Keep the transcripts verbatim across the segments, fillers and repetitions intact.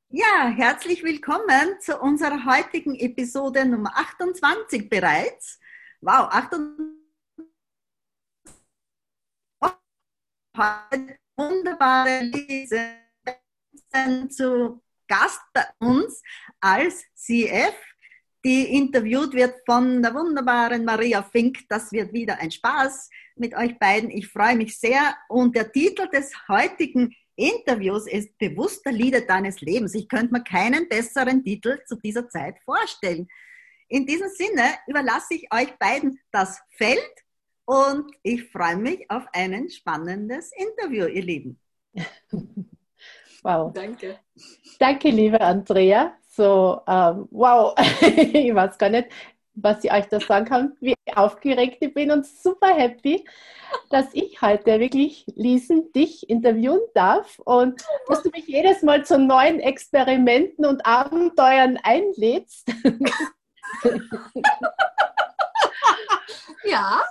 Ja, herzlich willkommen zu unserer heutigen Episode Nummer achtundzwanzig bereits. Wow, achtundzwanzig. Heute wunderbare Lise zu Gast bei uns als C F, die interviewt wird von der wunderbaren Maria Fink. Das wird wieder ein Spaß mit euch beiden. Ich freue mich sehr. Und der Titel des heutigen Interviews ist Bewusster Leader deines Lebens. Ich könnte mir keinen besseren Titel zu dieser Zeit vorstellen. In diesem Sinne überlasse ich euch beiden das Feld und ich freue mich auf ein spannendes Interview, ihr Lieben. Wow. Danke. Danke, liebe Andrea. So, ähm, wow, ich weiß gar nicht, was ich euch da sagen kann, wie aufgeregt ich bin und super happy, dass ich heute wirklich, Liesen, dich interviewen darf und dass du mich jedes Mal zu neuen Experimenten und Abenteuern einlädst. Ja.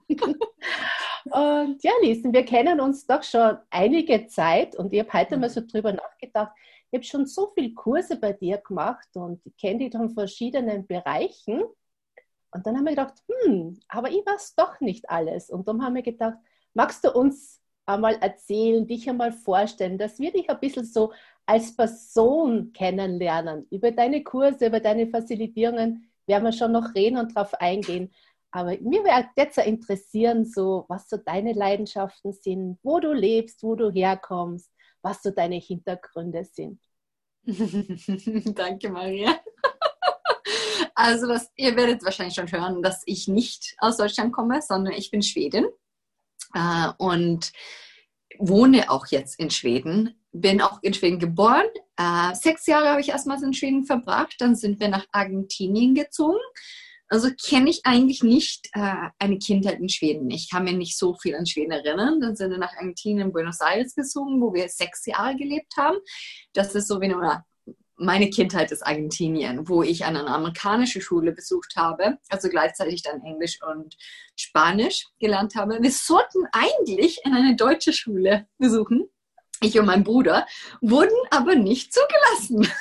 Und ja, Liesen, wir kennen uns doch schon einige Zeit und ich habe heute mal so drüber nachgedacht, ich habe schon so viele Kurse bei dir gemacht und ich kenne dich von verschiedenen Bereichen. Und dann haben wir gedacht, hm, aber ich weiß doch nicht alles. Und dann haben wir gedacht, magst du uns einmal erzählen, dich einmal vorstellen, dass wir dich ein bisschen so als Person kennenlernen. Über deine Kurse, über deine Facilitierungen werden wir schon noch reden und darauf eingehen. Aber mir würde jetzt interessieren, so, was so deine Leidenschaften sind, wo du lebst, wo du herkommst, was so deine Hintergründe sind. Danke, Maria. Also, das, ihr werdet wahrscheinlich schon hören, dass ich nicht aus Deutschland komme, sondern ich bin Schwedin äh, und wohne auch jetzt in Schweden. Bin auch in Schweden geboren. Äh, sechs Jahre habe ich erstmals in Schweden verbracht. Dann sind wir nach Argentinien gezogen. Also kenne ich eigentlich nicht äh, eine Kindheit in Schweden. Ich kann mir nicht so viel an Schweden erinnern. Dann sind wir nach Argentinien, Buenos Aires gezogen, wo wir sechs Jahre gelebt haben. Das ist so wie eine, meine Kindheit ist Argentinien, wo ich eine amerikanische Schule besucht habe, also gleichzeitig dann Englisch und Spanisch gelernt habe. Wir sollten eigentlich in eine deutsche Schule besuchen, ich und mein Bruder, wurden aber nicht zugelassen.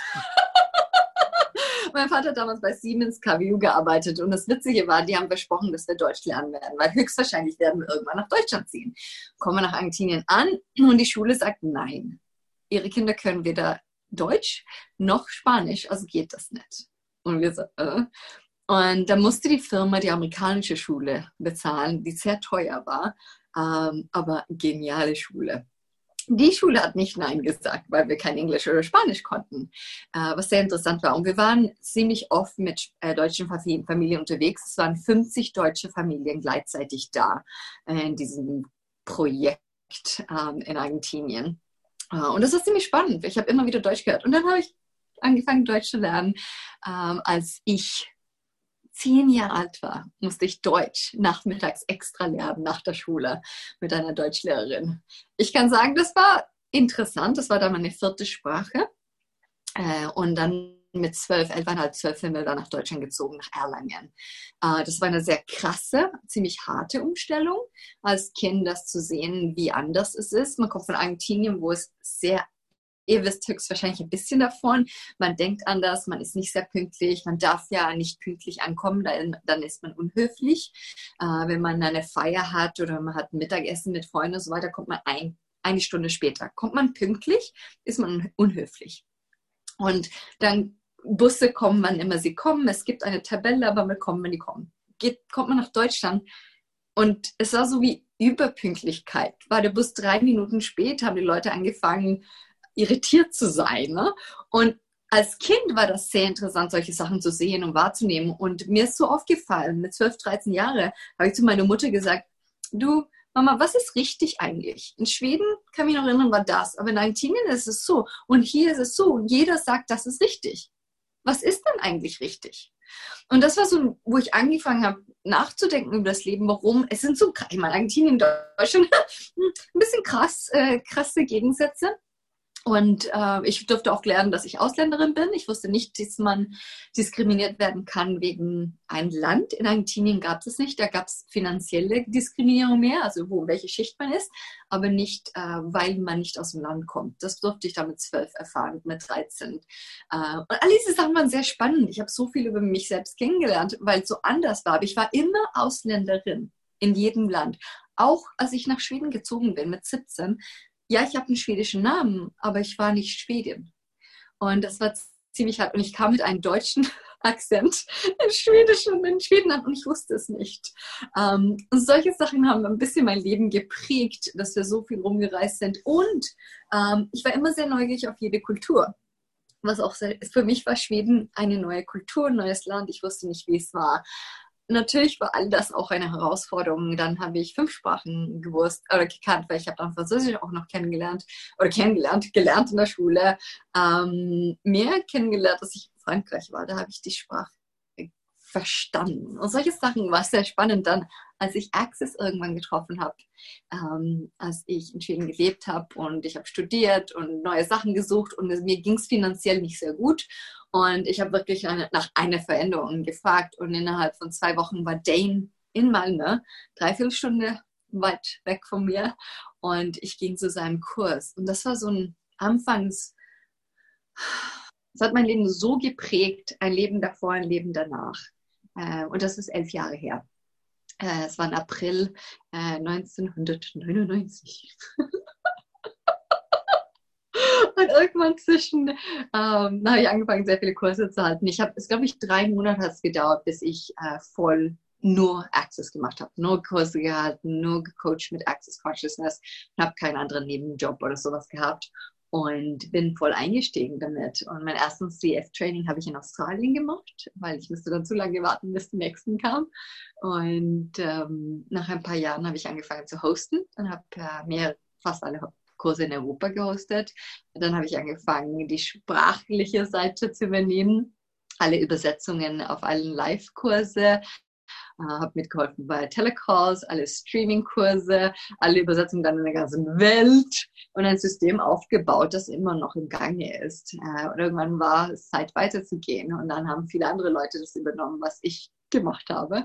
Mein Vater hat damals bei Siemens K W U gearbeitet und das Witzige war, die haben versprochen, dass wir Deutsch lernen werden, weil höchstwahrscheinlich werden wir irgendwann nach Deutschland ziehen. Kommen wir nach Argentinien an und die Schule sagt, nein, ihre Kinder können weder Deutsch noch Spanisch, also geht das nicht. Und wir so, äh. Und da musste die Firma die amerikanische Schule bezahlen, die sehr teuer war, ähm, aber geniale Schule. Die Schule hat nicht Nein gesagt, weil wir kein Englisch oder Spanisch konnten, äh, was sehr interessant war. Und wir waren ziemlich oft mit äh, deutschen Familien unterwegs. Es waren fünfzig deutsche Familien gleichzeitig da äh, in diesem Projekt ähm, in Argentinien. Äh, und das ist ziemlich spannend. Ich habe immer wieder Deutsch gehört. Und dann habe ich angefangen, Deutsch zu lernen, ähm, als ich zehn Jahre alt war, musste ich Deutsch nachmittags extra lernen nach der Schule mit einer Deutschlehrerin. Ich kann sagen, das war interessant. Das war dann meine vierte Sprache. Und dann mit zwölf, elfeinhalb, zwölf sind wir dann nach Deutschland gezogen, nach Erlangen. Das war eine sehr krasse, ziemlich harte Umstellung, als Kind das zu sehen, wie anders es ist. Man kommt von Argentinien, wo es sehr Ihr wisst höchstwahrscheinlich ein bisschen davon. Man denkt anders, man ist nicht sehr pünktlich, man darf ja nicht pünktlich ankommen, dann, dann ist man unhöflich. Äh, wenn man eine Feier hat oder man hat ein Mittagessen mit Freunden und so weiter, kommt man ein, eine Stunde später. Kommt man pünktlich, ist man unhöflich. Und dann Busse kommen, wann immer sie kommen. Es gibt eine Tabelle, aber man kommt, wenn die kommen. Geht, kommt man nach Deutschland und es war so wie Überpünktlichkeit. War der Bus drei Minuten spät, haben die Leute angefangen, irritiert zu sein. Ne? Und als Kind war das sehr interessant, solche Sachen zu sehen und wahrzunehmen. Und mir ist so aufgefallen, mit zwölf, dreizehn Jahren habe ich zu meiner Mutter gesagt, du, Mama, was ist richtig eigentlich? In Schweden, kann ich mich noch erinnern, war das. Aber in Argentinien ist es so. Und hier ist es so. Und jeder sagt, das ist richtig. Was ist denn eigentlich richtig? Und das war so, wo ich angefangen habe, nachzudenken über das Leben, warum. Es sind so, ich meine, Argentinien, Deutschland, ein bisschen krass, äh, krasse Gegensätze. Und äh, ich durfte auch lernen, dass ich Ausländerin bin. Ich wusste nicht, dass man diskriminiert werden kann wegen ein Land. In Argentinien gab es nicht. Da gab es finanzielle Diskriminierung mehr, also wo welche Schicht man ist, aber nicht, äh, weil man nicht aus dem Land kommt. Das durfte ich dann mit zwölf erfahren, mit dreizehn. Äh, und all diese Sachen waren sehr spannend. Ich habe so viel über mich selbst kennengelernt, weil es so anders war. Aber ich war immer Ausländerin in jedem Land. Auch als ich nach Schweden gezogen bin mit siebzehn. Ja, ich habe einen schwedischen Namen, aber ich war nicht Schwedin. Und das war ziemlich hart. Und ich kam mit einem deutschen Akzent in Schwedisch und in Schweden an und ich wusste es nicht. Ähm, und solche Sachen haben ein bisschen mein Leben geprägt, dass wir so viel rumgereist sind. Und ähm, ich war immer sehr neugierig auf jede Kultur. Was auch sehr, für mich war Schweden eine neue Kultur, ein neues Land. Ich wusste nicht, wie es war. Natürlich war all das auch eine Herausforderung. Dann habe ich fünf Sprachen gewusst oder gekannt, weil ich habe dann Französisch auch noch kennengelernt oder kennengelernt, gelernt in der Schule. Ähm, mehr kennengelernt, als ich in Frankreich war. Da habe ich die Sprache verstanden. Und solche Sachen war sehr spannend dann, als ich Access irgendwann getroffen habe, ähm, als ich in Schweden gelebt habe und ich habe studiert und neue Sachen gesucht und mir ging es finanziell nicht sehr gut. Und ich habe wirklich eine, nach einer Veränderung gefragt und innerhalb von zwei Wochen war Dane in Malmö, dreiviertel Stunde weit weg von mir und ich ging zu seinem Kurs. Und das war so ein Anfangs... Das hat mein Leben so geprägt, ein Leben davor, ein Leben danach. Äh, und das ist elf Jahre her. Äh, es war im April äh, neunzehnhundertneunundneunzig. Und irgendwann zwischen, ähm, da habe ich angefangen, sehr viele Kurse zu halten. Ich habe, es glaube ich, drei Monate hat es gedauert, bis ich äh, voll nur Access gemacht habe. Nur Kurse gehalten, nur gecoacht mit Access Consciousness. Ich habe keinen anderen Nebenjob oder sowas gehabt. Und bin voll eingestiegen damit. Und mein erstes C F-Training habe ich in Australien gemacht, weil ich musste dann zu lange warten, bis die nächsten kamen. Und ähm, nach ein paar Jahren habe ich angefangen zu hosten und habe äh, mir fast alle Kurse in Europa gehostet. Und dann habe ich angefangen, die sprachliche Seite zu übernehmen. Alle Übersetzungen auf allen Live-Kurse. Uh, habe mitgeholfen bei Telecalls, alle Streaming-Kurse, alle Übersetzungen dann in der ganzen Welt und ein System aufgebaut, das immer noch im Gange ist. Uh, und irgendwann war es Zeit weiterzugehen und dann haben viele andere Leute das übernommen, was ich gemacht habe.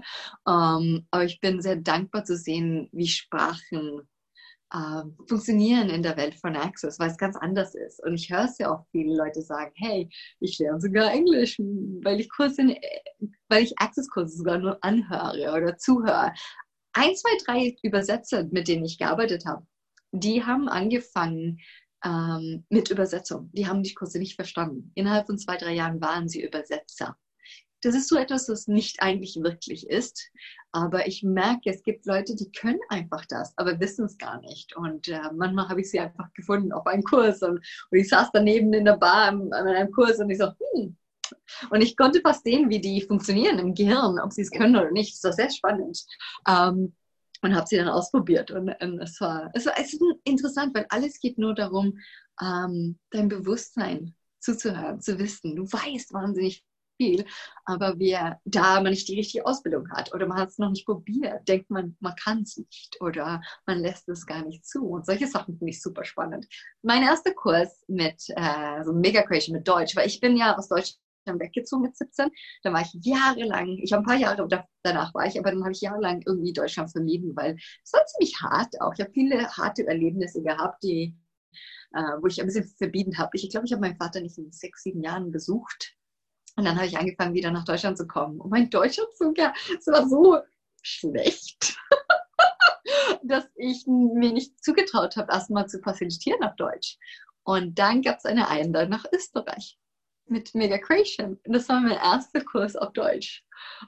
Um, aber ich bin sehr dankbar zu sehen, wie Sprachen Uh, funktionieren in der Welt von Access, weil es ganz anders ist. Und ich höre es ja auch viele Leute sagen, hey, ich lerne sogar Englisch, weil ich Kurse, in, weil ich Access-Kurse sogar nur anhöre oder zuhöre. Ein, zwei, drei Übersetzer, mit denen ich gearbeitet habe, die haben angefangen ähm, mit Übersetzung. Die haben die Kurse nicht verstanden. Innerhalb von zwei, drei Jahren waren sie Übersetzer. Das ist so etwas, was nicht eigentlich wirklich ist. Aber ich merke, es gibt Leute, die können einfach das, aber wissen es gar nicht. Und äh, manchmal habe ich sie einfach gefunden auf einem Kurs. Und, und ich saß daneben in der Bar an einem Kurs und ich so, hm. Und ich konnte fast sehen, wie die funktionieren im Gehirn, ob sie es können oder nicht. Das war sehr spannend. Ähm, und habe sie dann ausprobiert. Und, und es, war, es war es ist interessant, weil alles geht nur darum, ähm, dein Bewusstsein zuzuhören, zu wissen. Du weißt wahnsinnig viel, aber wer da man nicht die richtige Ausbildung hat oder man hat es noch nicht probiert, denkt man, man kann es nicht oder man lässt es gar nicht zu. Und solche Sachen finde ich super spannend. Mein erster Kurs mit äh, so Mega Creation mit Deutsch, weil ich bin ja aus Deutschland weggezogen mit siebzehn, dann war ich jahrelang, ich habe ein paar Jahre danach war ich, aber dann habe ich jahrelang irgendwie Deutschland vermieden, weil es war ziemlich hart auch. Ich habe viele harte Erlebnisse gehabt, die, äh, wo ich ein bisschen verbieten habe. Ich glaube, ich habe meinen Vater nicht in sechs, sieben Jahren besucht. Und dann habe ich angefangen, wieder nach Deutschland zu kommen. Und mein Deutschlandzug, ja, es war so schlecht, dass ich mir nicht zugetraut habe, erstmal zu facilitieren auf Deutsch. Und dann gab es eine Einladung nach Österreich mit Mega Creation. Und das war mein erster Kurs auf Deutsch.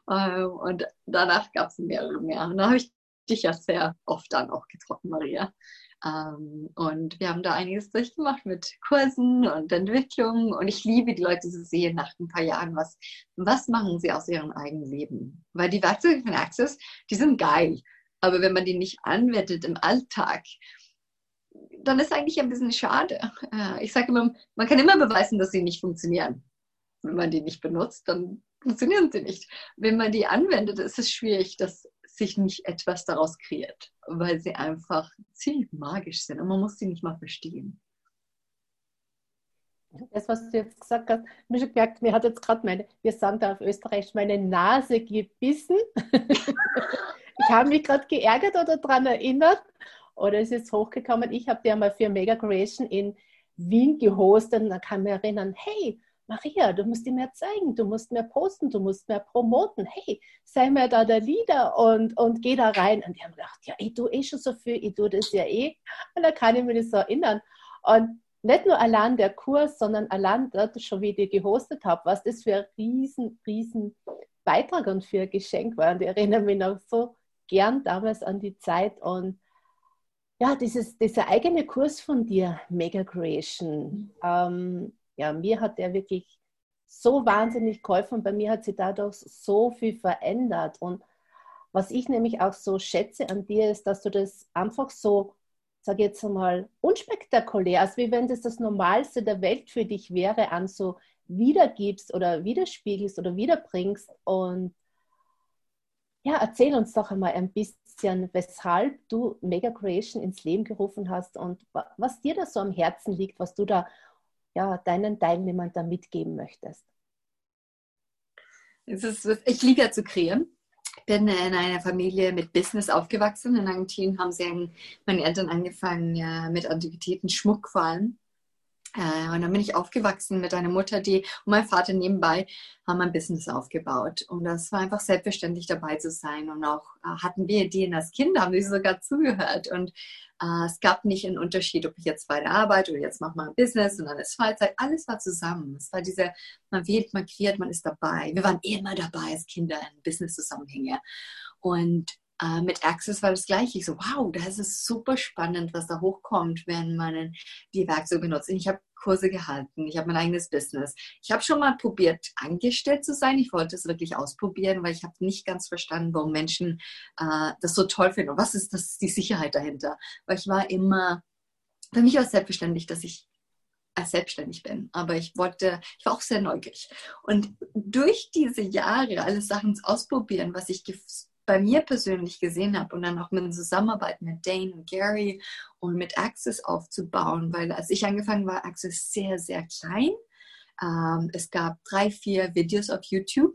Und danach gab es mehrere mehr. Und da habe ich dich ja sehr oft dann auch getroffen, Maria. Um, und wir haben da einiges durchgemacht mit Kursen und Entwicklung und ich liebe die Leute zu sehen nach ein paar Jahren, was, was machen sie aus ihrem eigenen Leben. Weil die Werkzeuge von Access, die sind geil, aber wenn man die nicht anwendet im Alltag, dann ist eigentlich ein bisschen schade. Uh, ich sage immer, man kann immer beweisen, dass sie nicht funktionieren. Wenn man die nicht benutzt, dann funktionieren sie nicht. Wenn man die anwendet, ist es schwierig, dass sich nicht etwas daraus kreiert, weil sie einfach ziemlich magisch sind und man muss sie nicht mal verstehen. Das, was du jetzt gesagt hast, ich habe schon gemerkt, mir hat jetzt gerade meine, wir sagen da auf Österreich, meine Nase gebissen. Ich habe mich gerade geärgert oder daran erinnert, oder es ist hochgekommen, ich habe dir mal für Mega Creation in Wien gehostet und da kann ich mich erinnern, hey, Maria, du musst dir mehr zeigen, du musst mehr posten, du musst mehr promoten, hey, sei mir da der Leader und, und geh da rein. Und die haben gedacht, ja, ich tue eh schon so viel, ich tue das ja eh. Und da kann ich mich das so erinnern. Und nicht nur allein der Kurs, sondern allein dort schon, wie ich die gehostet habe, was das für ein riesen, riesen Beitrag und für ein Geschenk war. Und ich erinnere mich noch so gern damals an die Zeit. Und ja, dieses, dieser eigene Kurs von dir, Mega Creation, ähm, ja, mir hat der wirklich so wahnsinnig geholfen. Bei mir hat sich dadurch so viel verändert. Und was ich nämlich auch so schätze an dir ist, dass du das einfach so, sage ich jetzt einmal, unspektakulär, als wie wenn das das Normalste der Welt für dich wäre, an so wiedergibst oder widerspiegelst oder wiederbringst. Und ja, erzähl uns doch einmal ein bisschen, weshalb du Mega Creation ins Leben gerufen hast und was dir da so am Herzen liegt, was du da ja, deinen Teilnehmern da mitgeben möchtest. Es ist, ich liebe ja zu kreieren. Ich bin in einer Familie mit Business aufgewachsen. In Argentinien haben sie, meine Eltern angefangen ja, mit Antiquitäten, Schmuck vor allem. Äh, und dann bin ich aufgewachsen mit einer Mutter, die und mein Vater nebenbei haben ein Business aufgebaut. Und das war einfach selbstverständlich dabei zu sein. Und auch äh, hatten wir Ideen als Kinder, haben sie sogar zugehört. Und äh, es gab nicht einen Unterschied, ob ich jetzt bei der Arbeit oder jetzt mache mal ein Business und dann ist Freizeit. Alles war zusammen. Es war diese, man wählt, man kreiert, man ist dabei. Wir waren immer dabei als Kinder in Business-Zusammenhänge. Und Uh, mit Access war das Gleiche. Ich so, wow, das ist super spannend, was da hochkommt, wenn man die Werkzeuge benutzt. Und ich habe Kurse gehalten, ich habe mein eigenes Business. Ich habe schon mal probiert, angestellt zu sein. Ich wollte es wirklich ausprobieren, weil ich habe nicht ganz verstanden, warum Menschen uh, das so toll finden. Und was ist das, die Sicherheit dahinter? Weil ich war immer, für mich war es selbstverständlich, dass ich als selbstständig bin. Aber ich wollte, ich war auch sehr neugierig. Und durch diese Jahre, alle Sachen ausprobieren, was ich bei mir persönlich gesehen habe und dann auch mit der Zusammenarbeit mit Dane und Gary und mit Access aufzubauen, weil als ich angefangen war, Access sehr, sehr klein. Ähm, es gab drei, vier Videos auf YouTube.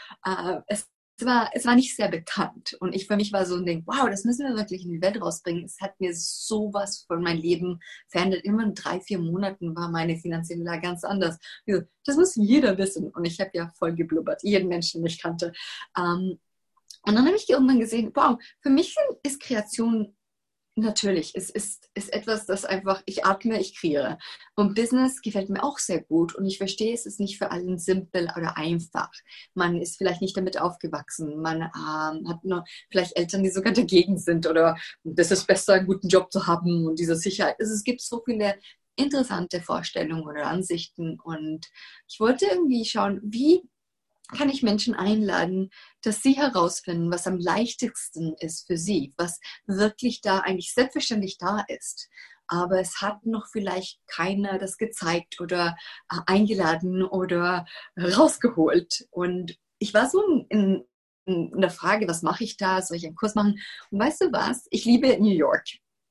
Äh, es, war, es war nicht sehr bekannt und ich für mich war so ein Ding, wow, das müssen wir wirklich in die Welt rausbringen. Es hat mir sowas von meinem Leben verändert. Immer in drei, vier Monaten war meine finanzielle Lage ganz anders. Das muss jeder wissen und ich habe ja voll geblubbert, jeden Menschen, den ich kannte. Ähm, Und dann habe ich irgendwann gesehen, wow, für mich ist Kreation natürlich, es ist, ist etwas, das einfach, ich atme, ich kreiere. Und Business gefällt mir auch sehr gut und ich verstehe, es ist nicht für allen simpel oder einfach. Man ist vielleicht nicht damit aufgewachsen, man ähm, hat nur vielleicht Eltern, die sogar dagegen sind oder das ist besser, einen guten Job zu haben und diese Sicherheit. Also es gibt so viele interessante Vorstellungen oder Ansichten und ich wollte irgendwie schauen, wie kann ich Menschen einladen, dass sie herausfinden, was am leichtesten ist für sie, was wirklich da eigentlich selbstverständlich da ist. Aber es hat noch vielleicht keiner das gezeigt oder äh, eingeladen oder rausgeholt. Und ich war so in, in, in der Frage, was mache ich da? Soll ich einen Kurs machen? Und weißt du was? Ich liebe New York.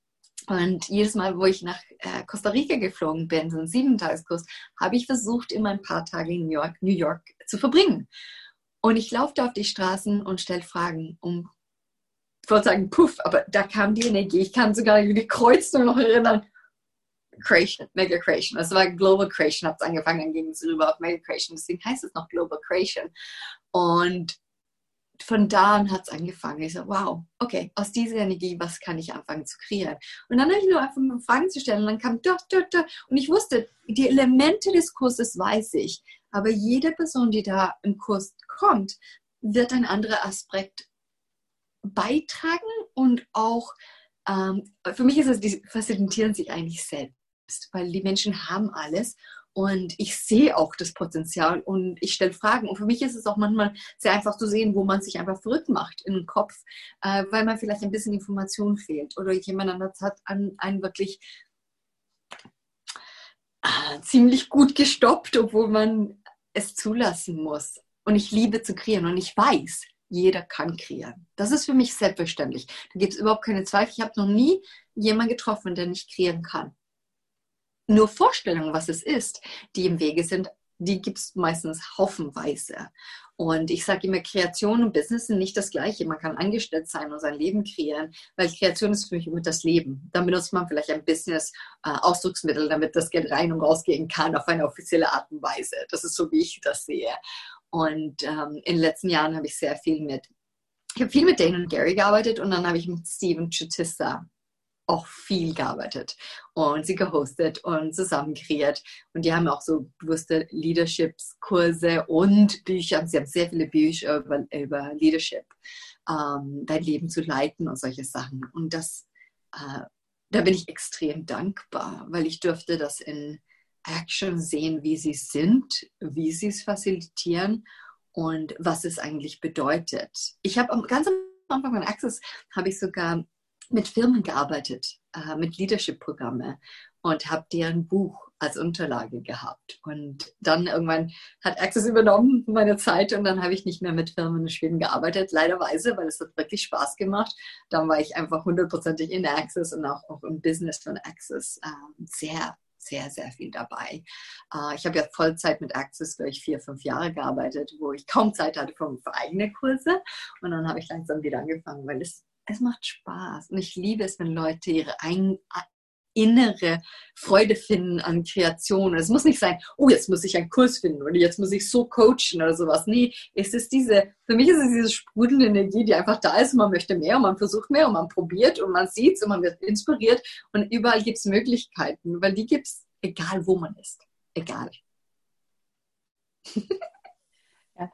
Und jedes Mal, wo ich nach äh, Costa Rica geflogen bin, so ein Sieben-Tageskurs, habe ich versucht, immer ein paar Tage in New York, New York zu verbringen. Und ich laufe da auf die Straßen und stelle Fragen. Um, ich wollte sagen, puff, aber da kam die Energie. Ich kann sogar die Kreuzung noch erinnern. Creation, Mega Creation. Das war Global Creation, hat es angefangen, dann ging es rüber auf Mega Creation. Deswegen heißt es noch Global Creation. Und von da an hat es angefangen. Ich so, wow, okay, aus dieser Energie, was kann ich anfangen zu kreieren? Und dann habe ich nur einfach mal Fragen zu stellen und dann kam da, da, da. Und ich wusste, die Elemente des Kurses weiß ich, aber jede Person, die da im Kurs kommt, wird ein anderer Aspekt beitragen und auch, ähm, für mich ist es, die facilitieren sich eigentlich selbst, weil die Menschen haben alles. Und ich sehe auch das Potenzial und ich stelle Fragen. Und für mich ist es auch manchmal sehr einfach zu sehen, wo man sich einfach verrückt macht in den Kopf, äh, weil man vielleicht ein bisschen Information fehlt oder jemand anders hat an, einen wirklich äh, ziemlich gut gestoppt, obwohl man es zulassen muss. Und ich liebe zu kreieren und ich weiß, jeder kann kreieren. Das ist für mich selbstverständlich. Da gibt es überhaupt keine Zweifel. Ich habe noch nie jemanden getroffen, der nicht kreieren kann. nur Vorstellungen, was es ist, die im Wege sind, die gibt es meistens haufenweise. Und ich sage immer, Kreation und Business sind nicht das Gleiche. Man kann angestellt sein und sein Leben kreieren, weil Kreation ist für mich immer das Leben. Dann benutzt man vielleicht ein Business-Ausdrucksmittel, äh, damit das Geld rein und rausgehen kann auf eine offizielle Art und Weise. Das ist so, wie ich das sehe. Und ähm, in den letzten Jahren habe ich sehr viel mit, ich habe viel mit Dane und Gary gearbeitet und dann habe ich mit Steven Chutista auch viel gearbeitet und sie gehostet und zusammen kreiert. Und die haben auch so bewusste Leadership-Kurse und Bücher. Sie haben sehr viele Bücher über, über Leadership, ähm, dein Leben zu leiten und solche Sachen. Und das, äh, da bin ich extrem dankbar, weil ich durfte das in Action sehen, wie sie sind, wie sie es facilitieren und was es eigentlich bedeutet. Ich habe ganz am Anfang von Access habe ich sogar mit Firmen gearbeitet, äh, mit Leadership-Programme und habe deren Buch als Unterlage gehabt. Und dann irgendwann hat Access übernommen meine Zeit und dann habe ich nicht mehr mit Firmen in Schweden gearbeitet, leiderweise, weil es hat wirklich Spaß gemacht. Dann war ich einfach hundertprozentig in Access und auch, auch im Business von Access äh, sehr, sehr, sehr viel dabei. Äh, ich habe ja Vollzeit mit Access, glaube ich, vier, fünf Jahre gearbeitet, wo ich kaum Zeit hatte für, für eigene Kurse. Und dann habe ich langsam wieder angefangen, weil es Es macht Spaß und ich liebe es, wenn Leute ihre ein, innere Freude finden an Kreation. Es muss nicht sein, oh, jetzt muss ich einen Kurs finden oder jetzt muss ich so coachen oder sowas. Nee, es ist diese, für mich ist es diese sprudelnde Energie, die einfach da ist und man möchte mehr und man versucht mehr und man probiert und man sieht es und man wird inspiriert und überall gibt es Möglichkeiten, weil die gibt es, egal wo man ist. Egal. Ja.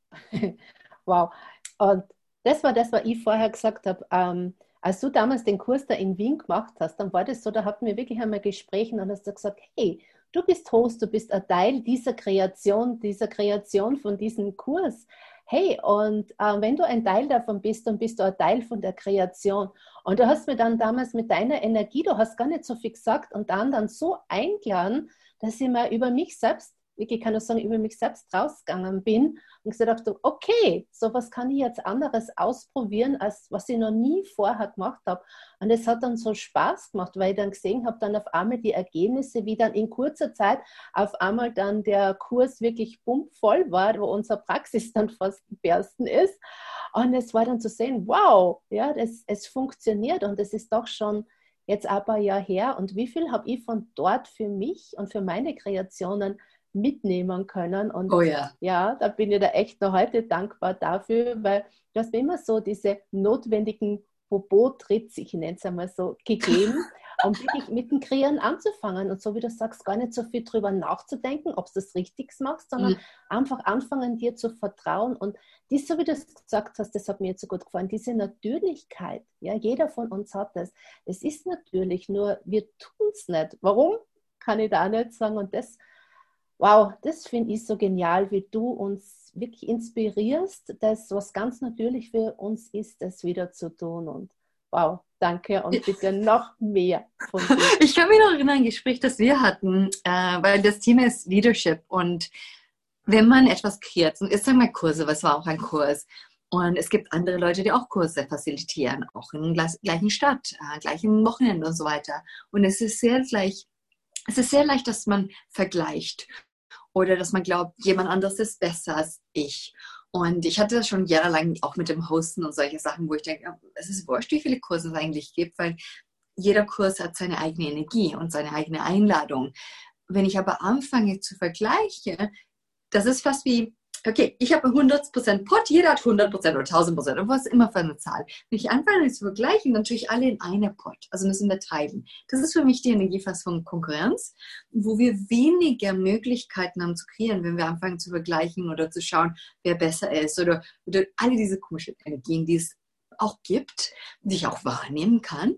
Wow. Und das war das, was ich vorher gesagt habe. Ähm, als du damals den Kurs da in Wien gemacht hast, dann war das so, da hatten wir wirklich einmal Gespräche und dann hast du gesagt, hey, du bist Host, du bist ein Teil dieser Kreation, dieser Kreation von diesem Kurs. Hey, und äh, wenn du ein Teil davon bist, dann bist du ein Teil von der Kreation. Und du hast mir dann damals mit deiner Energie, du hast gar nicht so viel gesagt und dann, dann so eingeladen, dass ich mir über mich selbst, wirklich kann ich sagen, über mich selbst rausgegangen bin und gesagt habe, okay, so was kann ich jetzt anderes ausprobieren, als was ich noch nie vorher gemacht habe. Und es hat dann so Spaß gemacht, weil ich dann gesehen habe, dann auf einmal die Ergebnisse, wie dann in kurzer Zeit auf einmal dann der Kurs wirklich pumpvoll war, wo unsere Praxis dann fast gebersten ist. Und es war dann zu sehen, wow, ja, das, es funktioniert und es ist doch schon jetzt ein paar Jahre her. Und wie viel habe ich von dort für mich und für meine Kreationen mitnehmen können und oh ja. ja, da bin ich da echt noch heute dankbar dafür, weil du hast mir immer so diese notwendigen Popo-Tricks, ich nenne es einmal so, gegeben, um wirklich mit dem Kreieren anzufangen und so wie du sagst, gar nicht so viel drüber nachzudenken, ob du das richtig machst, sondern mhm. einfach anfangen, dir zu vertrauen und dies, so wie du es gesagt hast, das hat mir jetzt so gut gefallen, diese Natürlichkeit, ja, jeder von uns hat das, es ist natürlich, nur wir tun es nicht. Warum? Kann ich da nicht sagen und das wow, das finde ich so genial, wie du uns wirklich inspirierst, das, was ganz natürlich für uns ist, das wieder zu tun. Und wow, danke und bitte noch mehr von dir. Ich kann mich noch erinnern, ein Gespräch, das wir hatten, äh, weil das Thema ist Leadership. Und wenn man etwas kreiert, und jetzt sagen wir Kurse, weil es war auch ein Kurs, und es gibt andere Leute, die auch Kurse facilitieren, auch in der gleichen Stadt, äh, gleichen Wochenende und so weiter. Und es ist sehr leicht, es ist sehr leicht, dass man vergleicht. Oder dass man glaubt, jemand anderes ist besser als ich. Und ich hatte das schon jahrelang auch mit dem Hosten und solche Sachen, wo ich denke, es ist wurscht, wie viele Kurse es eigentlich gibt, weil jeder Kurs hat seine eigene Energie und seine eigene Einladung. Wenn ich aber anfange zu vergleichen, das ist fast wie, okay, ich habe hundert Prozent Pot, jeder hat hundert Prozent oder tausend Prozent und was immer für eine Zahl. Wenn ich anfange zu vergleichen, dann tue ich alle in einer Pot, also müssen wir teilen. Das ist für mich die Energie fast von Konkurrenz, wo wir weniger Möglichkeiten haben zu kreieren, wenn wir anfangen zu vergleichen oder zu schauen, wer besser ist oder, oder alle diese komischen Energien, die es auch gibt, die ich auch wahrnehmen kann.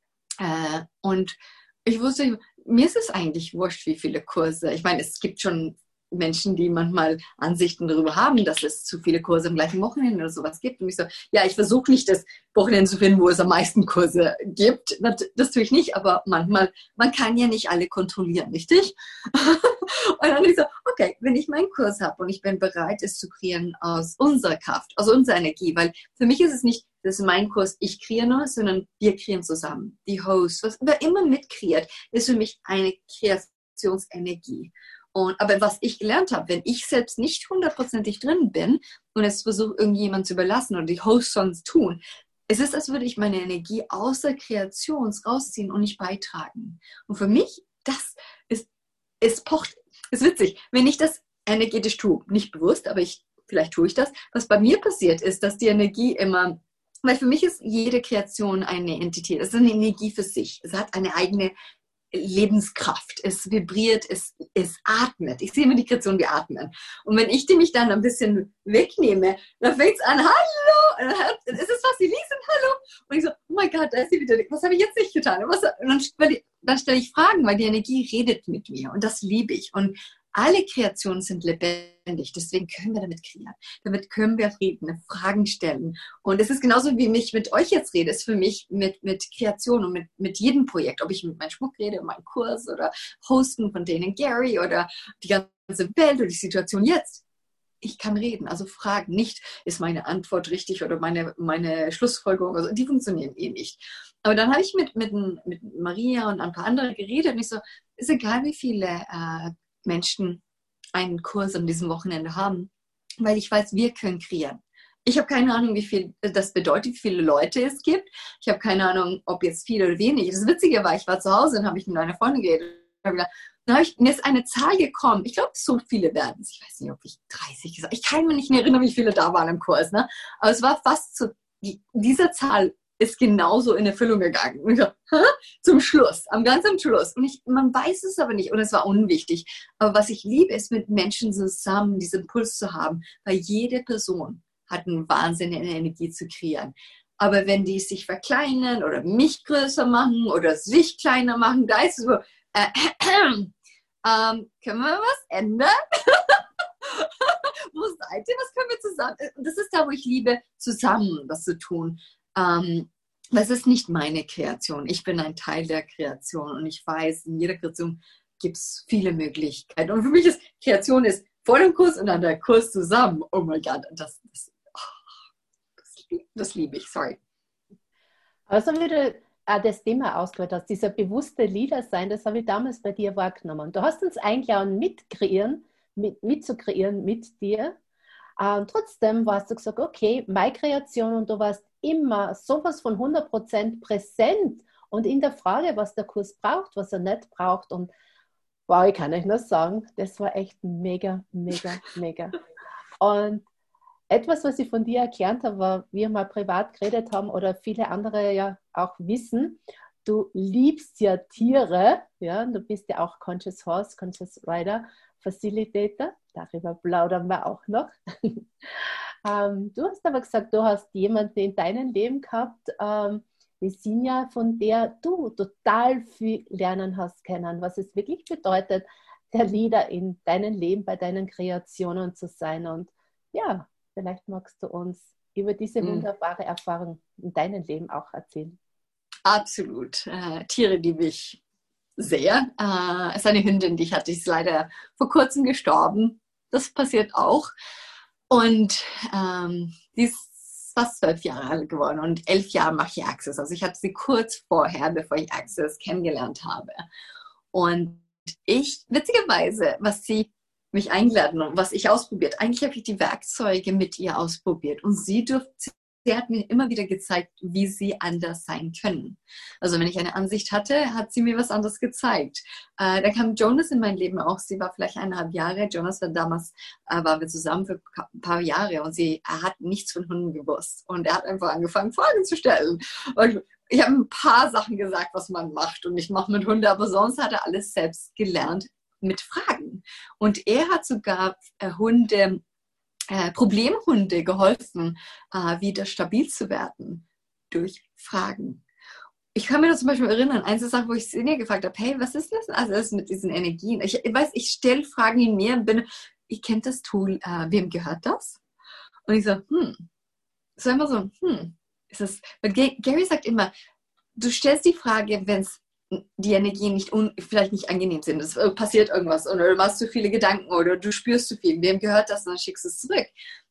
Äh, und ich wusste, mir ist es eigentlich wurscht, wie viele Kurse. Ich meine, es gibt schon Menschen, die manchmal Ansichten darüber haben, dass es zu viele Kurse am gleichen Wochenende oder sowas gibt. Und ich so, ja, ich versuche nicht, das Wochenende zu finden, wo es am meisten Kurse gibt. Das, das tue ich nicht, aber manchmal, man kann ja nicht alle kontrollieren, richtig? Und dann ich so, okay, wenn ich meinen Kurs habe und ich bin bereit, es zu kreieren aus unserer Kraft, aus unserer Energie, weil für mich ist es nicht das ist mein Kurs, ich kreiere nur, sondern wir kreieren zusammen. Die Host, was wer immer mitkreiert, ist für mich eine Kreationsenergie. Und, aber was ich gelernt habe, wenn ich selbst nicht hundertprozentig drin bin und es versuche, irgendjemand zu überlassen oder die Hosts sonst tun, es ist, als würde ich meine Energie aus der Kreation rausziehen und nicht beitragen. Und für mich, das ist, es pocht, ist witzig, wenn ich das energetisch tue, nicht bewusst, aber ich, vielleicht tue ich das, was bei mir passiert ist, dass die Energie immer, weil für mich ist jede Kreation eine Entität, es ist eine Energie für sich, es hat eine eigene Lebenskraft, es vibriert, es, es atmet. Ich sehe immer die Kreation, wie atmen. Und wenn ich die mich dann ein bisschen wegnehme, dann fängt es an, hallo, und dann ist es was, sie liest hallo. Und ich so, oh mein Gott, da ist sie wieder, was habe ich jetzt nicht getan? Was, und dann, dann stelle ich Fragen, weil die Energie redet mit mir und das liebe ich. Und alle Kreationen sind lebendig, deswegen können wir damit kreieren. Damit können wir reden, Fragen stellen. Und es ist genauso, wie ich mit euch jetzt rede, ist für mich mit, mit Kreation und mit, mit jedem Projekt, ob ich mit meinem Schmuck rede, meinem Kurs oder Hosten von Dane und Gary oder die ganze Welt oder die Situation jetzt. Ich kann reden, also fragen. Nicht, ist meine Antwort richtig oder meine, meine Schlussfolgerung, also die funktionieren eh nicht. Aber dann habe ich mit, mit, mit Maria und ein paar anderen geredet und ich so, ist egal, wie viele äh, Menschen einen Kurs an diesem Wochenende haben, weil ich weiß, wir können kreieren. Ich habe keine Ahnung, wie viel das bedeutet, wie viele Leute es gibt. Ich habe keine Ahnung, ob jetzt viel oder wenig. Das Witzige war, ich war zu Hause und habe ich mit einer Freundin geredet. Dann habe ich, mir ist eine Zahl gekommen. Ich glaube, so viele werden es. Ich weiß nicht, ob ich dreißig gesagt habe. Ich kann mich nicht mehr erinnern, wie viele da waren im Kurs. Ne? Aber es war fast so, diese Zahl ist genauso in Erfüllung gegangen. Und ich so, zum Schluss, am ganz am Schluss. Und ich, man weiß es aber nicht und es war unwichtig. Aber was ich liebe, ist mit Menschen zusammen diesen Impuls zu haben, weil jede Person hat eine wahnsinnige Energie zu kreieren. Aber wenn die sich verkleinern oder mich größer machen oder sich kleiner machen, da ist es so, äh, äh, äh, können wir was ändern? Wo seid ihr? Was können wir zusammen? Und das ist da, wo ich liebe, zusammen was zu tun. Ähm, das ist nicht meine Kreation. Ich bin ein Teil der Kreation und ich weiß, in jeder Kreation gibt es viele Möglichkeiten. Und für mich ist Kreation ist vor dem Kurs und dann der Kurs zusammen. Oh mein Gott, das, das, oh, das, das liebe ich, sorry. Also wie du auch das Thema ausgehört hast, dieser bewusste Leader sein, das habe ich damals bei dir wahrgenommen. Du hast uns eingeladen, mitkreieren, mit, mitzukreieren mit dir. Und trotzdem hast du gesagt, okay, meine Kreation, und du warst immer sowas von hundert Prozent präsent und in der Frage, was der Kurs braucht, was er nicht braucht. Und wow, ich kann euch nur sagen, das war echt mega, mega, mega. Und etwas, was ich von dir gelernt habe, war, wir mal privat geredet haben oder viele andere ja auch wissen, du liebst ja Tiere, ja, du bist ja auch Conscious Horse, Conscious Rider, Facilitator, darüber plaudern wir auch noch. ähm, du hast aber gesagt, du hast jemanden in deinem Leben gehabt, ähm, die Sinja, von der du total viel lernen hast können, was es wirklich bedeutet, der Leader in deinem Leben, bei deinen Kreationen zu sein. Und ja, vielleicht magst du uns über diese mhm. wunderbare Erfahrung in deinem Leben auch erzählen. Absolut. Äh, Tiere liebe ich sehr. Äh, es ist eine Hündin, die ich hatte, die ist leider vor kurzem gestorben. Das passiert auch. Und ähm, die ist fast zwölf Jahre alt geworden und elf Jahre mache ich Access. Also ich hatte sie kurz vorher, bevor ich Access kennengelernt habe. Und ich, witzigerweise, was sie mich eingeladen und was ich ausprobiert, eigentlich habe ich die Werkzeuge mit ihr ausprobiert und sie durfte Sie hat mir immer wieder gezeigt, wie sie anders sein können. Also wenn ich eine Ansicht hatte, hat sie mir was anderes gezeigt. Äh, da kam Jonas in mein Leben auch. Sie war vielleicht eineinhalb Jahre. Jonas war damals, äh, waren wir zusammen für ein paar Jahre und sie er hat nichts von Hunden gewusst. Und er hat einfach angefangen, Fragen zu stellen. Und ich habe ein paar Sachen gesagt, was man macht und ich mache mit Hunden, aber sonst hat er alles selbst gelernt mit Fragen. Und er hat sogar äh, Hunde Äh, Problemhunde geholfen, äh, wieder stabil zu werden durch Fragen. Ich kann mir da zum Beispiel erinnern, eine Sache, wo ich Sinja gefragt habe, hey, was ist das? Also das mit diesen Energien. Ich, ich weiß, ich stelle Fragen in mir und bin, ich kenne das Tool, äh, wem gehört das? Und ich so, hm, so immer so, hm, ist das, weil Gary sagt immer, du stellst die Frage, wenn es die Energien nicht un, vielleicht nicht angenehm sind. Es passiert irgendwas oder du machst zu viele Gedanken oder du spürst zu viel. Wem gehört das? Und dann schickst du es zurück.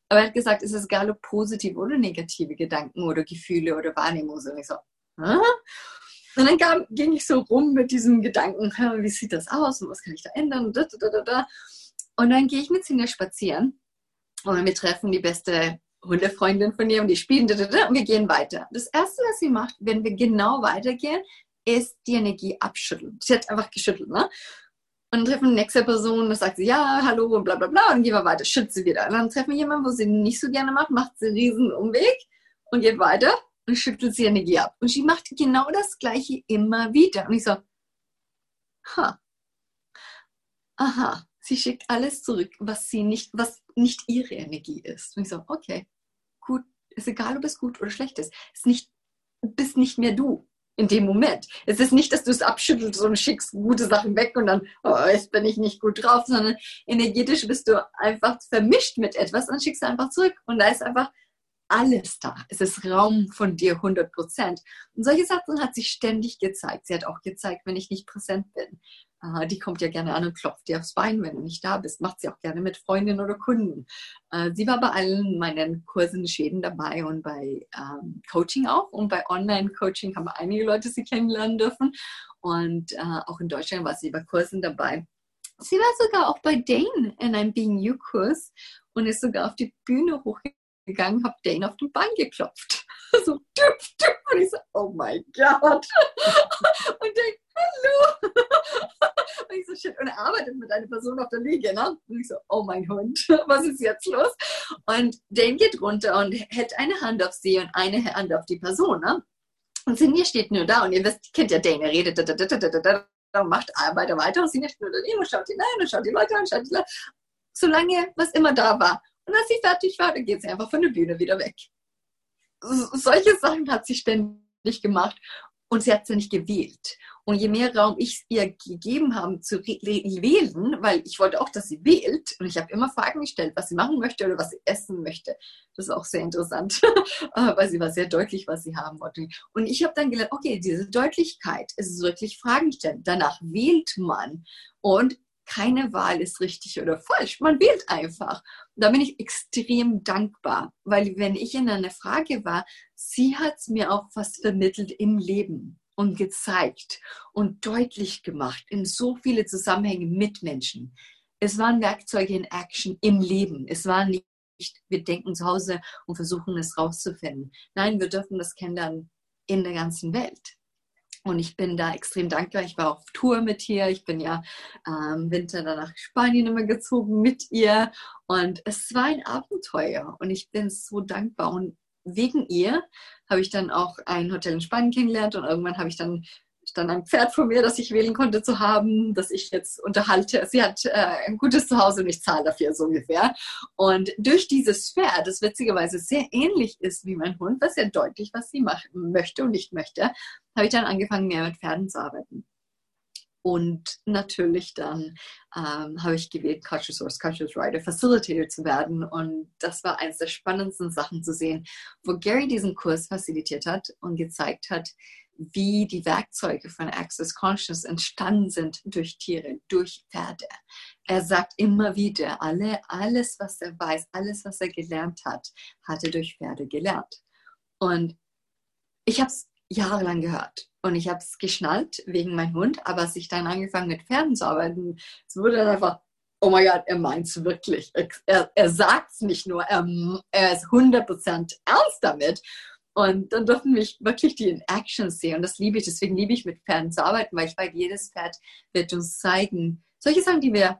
Aber er hat gesagt, es ist egal, ob positive oder negative Gedanken oder Gefühle oder Wahrnehmungen. Und ich so, hä? Und dann kam, ging ich so rum mit diesem Gedanken, wie sieht das aus und was kann ich da ändern? Und, da, da, da, da. Und dann gehe ich mit Sinja spazieren und wir treffen die beste Hundefreundin von ihr und die spielen da, da, da, und wir gehen weiter. Das Erste, was sie macht, wenn wir genau weitergehen, ist die Energie abschütteln. Sie hat einfach geschüttelt, ne? Und dann treffen wir die nächste Person, da sagt sie, ja, hallo und bla bla bla, und dann gehen wir weiter, schützt sie wieder. Und dann treffen wir jemanden, wo sie nicht so gerne macht, macht sie einen riesen Umweg und geht weiter und schüttelt sie Energie ab. Und sie macht genau das Gleiche immer wieder. Und ich so, ha, aha, sie schickt alles zurück, was sie nicht, was nicht ihre Energie ist. Und ich so, okay, gut, ist egal, ob es gut oder schlecht ist. Es ist nicht, bist nicht mehr du. In dem Moment. Es ist nicht, dass du es abschüttelst und schickst gute Sachen weg und dann, oh, jetzt bin ich nicht gut drauf, sondern energetisch bist du einfach vermischt mit etwas und schickst einfach zurück. Und da ist einfach alles da. Es ist Raum von dir hundert Prozent. Und solche Sachen hat sie ständig gezeigt. Sie hat auch gezeigt, wenn ich nicht präsent bin. Uh, die kommt ja gerne an und klopft dir aufs Bein, wenn du nicht da bist. Macht sie auch gerne mit Freundinnen oder Kunden. Uh, sie war bei allen meinen Kursen in Schweden dabei und bei um, Coaching auch. Und bei Online-Coaching haben einige Leute sie kennenlernen dürfen. Und uh, auch in Deutschland war sie bei Kursen dabei. Sie war sogar auch bei Dane in einem Being You-Kurs und ist sogar auf die Bühne hochgegangen, habe Dane auf den Bein geklopft. So, düpp, düpp. Und ich so, oh mein Gott. Und Dane, hallo. Und ich so, shit, und er arbeitet mit einer Person auf der Liege, ne? Und ich so, oh mein Hund, was ist jetzt los? Und Dane geht runter und hält eine Hand auf sie und eine Hand auf die Person, ne? Und Sinja steht nur da und ihr wisst, kennt ja Dane, er redet, da, da, da, da, da, da, macht weiter, weiter und Sinja steht nur da und schaut hinein und schaut die Leute an, schaut die Leute, solange was immer da war. Und als sie fertig war, dann geht sie einfach von der Bühne wieder weg. Solche Sachen hat sie ständig gemacht und sie hat sie nicht gewählt. Und je mehr Raum ich ihr gegeben habe zu wählen, weil ich wollte auch, dass sie wählt und ich habe immer Fragen gestellt, was sie machen möchte oder was sie essen möchte. Das ist auch sehr interessant, weil sie war sehr deutlich, was sie haben wollte. Und ich habe dann gelernt, okay, diese Deutlichkeit ist wirklich Fragen stellen. Danach wählt man und keine Wahl ist richtig oder falsch. Man wählt einfach. Da bin ich extrem dankbar, weil wenn ich in einer Frage war, sie hat es mir auch was vermittelt im Leben und gezeigt und deutlich gemacht in so viele Zusammenhänge mit Menschen. Es waren Werkzeuge in Action im Leben. Es war nicht, wir denken zu Hause und versuchen es rauszufinden. Nein, wir dürfen das kennenlernen in der ganzen Welt. Und ich bin da extrem dankbar. Ich war auf Tour mit ihr. Ich bin ja im ähm, Winter dann nach Spanien immer gezogen mit ihr. Und es war ein Abenteuer. Und ich bin so dankbar. Und wegen ihr habe ich dann auch ein Hotel in Spanien kennengelernt. Und irgendwann habe ich dann, dann ein Pferd von mir, das ich wählen konnte zu haben, das ich jetzt unterhalte. Sie hat äh, ein gutes Zuhause und ich zahle dafür so ungefähr. Und durch dieses Pferd, das witzigerweise sehr ähnlich ist wie mein Hund, was sehr deutlich, was sie machen möchte und nicht möchte, habe ich dann angefangen, mehr mit Pferden zu arbeiten. Und natürlich dann ähm, habe ich gewählt, Conscious Horse, Conscious Rider Facilitator zu werden. Und das war eines der spannendsten Sachen zu sehen, wo Gary diesen Kurs facilitiert hat und gezeigt hat, wie die Werkzeuge von Access Conscious entstanden sind durch Tiere, durch Pferde. Er sagt immer wieder, alle, alles, was er weiß, alles, was er gelernt hat, hat er durch Pferde gelernt. Und ich habe es jahrelang gehört und ich habe es geschnallt wegen meinem Hund, aber als ich dann angefangen mit Pferden zu arbeiten, es wurde dann einfach, oh mein Gott, er meint es wirklich. Er, er sagt es nicht nur, er, er ist hundert Prozent ernst damit. Und dann durften wir wirklich die in Action sehen. Und das liebe ich. Deswegen liebe ich mit Pferden zu arbeiten, weil ich weiß, jedes Pferd wird uns zeigen, solche Sachen, die wir,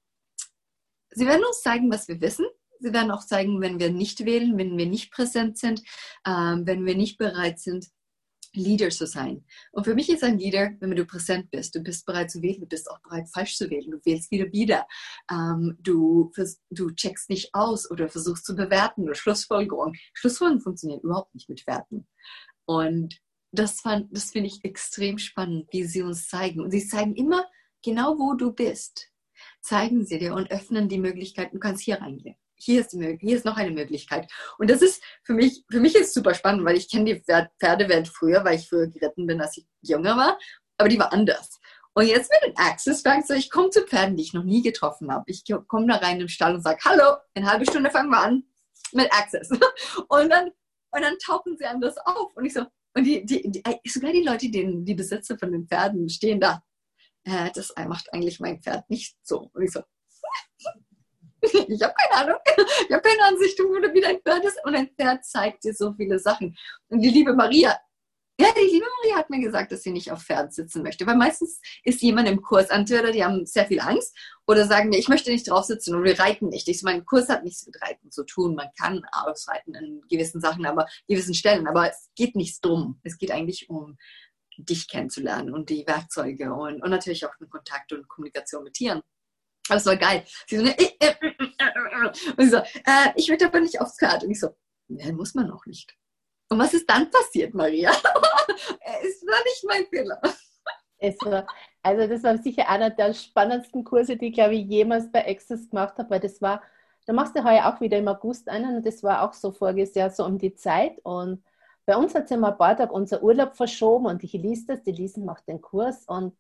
sie werden uns zeigen, was wir wissen. Sie werden auch zeigen, wenn wir nicht wählen, wenn wir nicht präsent sind, ähm, wenn wir nicht bereit sind, Leader zu sein. Und für mich ist ein Leader, wenn du präsent bist, du bist bereit zu wählen, du bist auch bereit, falsch zu wählen, du wählst wieder wieder. Ähm, du, du checkst nicht aus oder versuchst zu bewerten oder Schlussfolgerung. Schlussfolgerung funktioniert überhaupt nicht mit Werten. Und das, fand, das finde ich extrem spannend, wie sie uns zeigen. Und sie zeigen immer genau, wo du bist. Zeigen sie dir und öffnen die Möglichkeit, du kannst hier reingehen. Hier ist, die, hier ist noch eine Möglichkeit. Und das ist für mich, für mich ist es super spannend, weil ich kenne die Pferdewelt früher, weil ich früher geritten bin, als ich jünger war. Aber die war anders. Und jetzt mit den Access-Werkzeug, ich komme zu Pferden, die ich noch nie getroffen habe. Ich komme da rein im Stall und sage, hallo, in einer halben Stunde fangen wir an. mit Access. Und dann, und dann tauchen sie einem das auf. Und ich so, und die, die, die sogar die Leute, die, die Besitzer von den Pferden stehen da. Äh, das macht eigentlich mein Pferd nicht so. Und ich so, ich habe keine Ahnung. Ich habe keine Ansicht, wie dein Pferd ist. Und ein Pferd zeigt dir so viele Sachen. Und die liebe Maria, ja, die liebe Maria hat mir gesagt, dass sie nicht auf Pferd sitzen möchte. Weil meistens ist jemand im Kurs, entweder die haben sehr viel Angst oder sagen mir, ich möchte nicht drauf sitzen und wir reiten nicht. Ich so, mein Kurs hat nichts mit Reiten zu tun. Man kann ausreiten in gewissen Sachen, aber gewissen Stellen. Aber es geht nicht drum. Es geht eigentlich um dich kennenzulernen und die Werkzeuge und, und natürlich auch den Kontakt und Kommunikation mit Tieren. Aber es war geil. Sie so, äh, äh, äh, äh, und ich so, äh, ich möchte aber nicht aufs Pferd. Und ich so, ne, muss man auch nicht. Und was ist dann passiert, Maria? Es war nicht mein Fehler. Es war, also das war sicher einer der spannendsten Kurse, die ich, glaube ich, jemals bei Access gemacht habe, weil das war, da machst du heuer auch wieder im August einen und das war auch so voriges Jahr so um die Zeit und bei uns hat sich mal ein paar Tage unser Urlaub verschoben und ich ließ das, die Liesen macht den Kurs und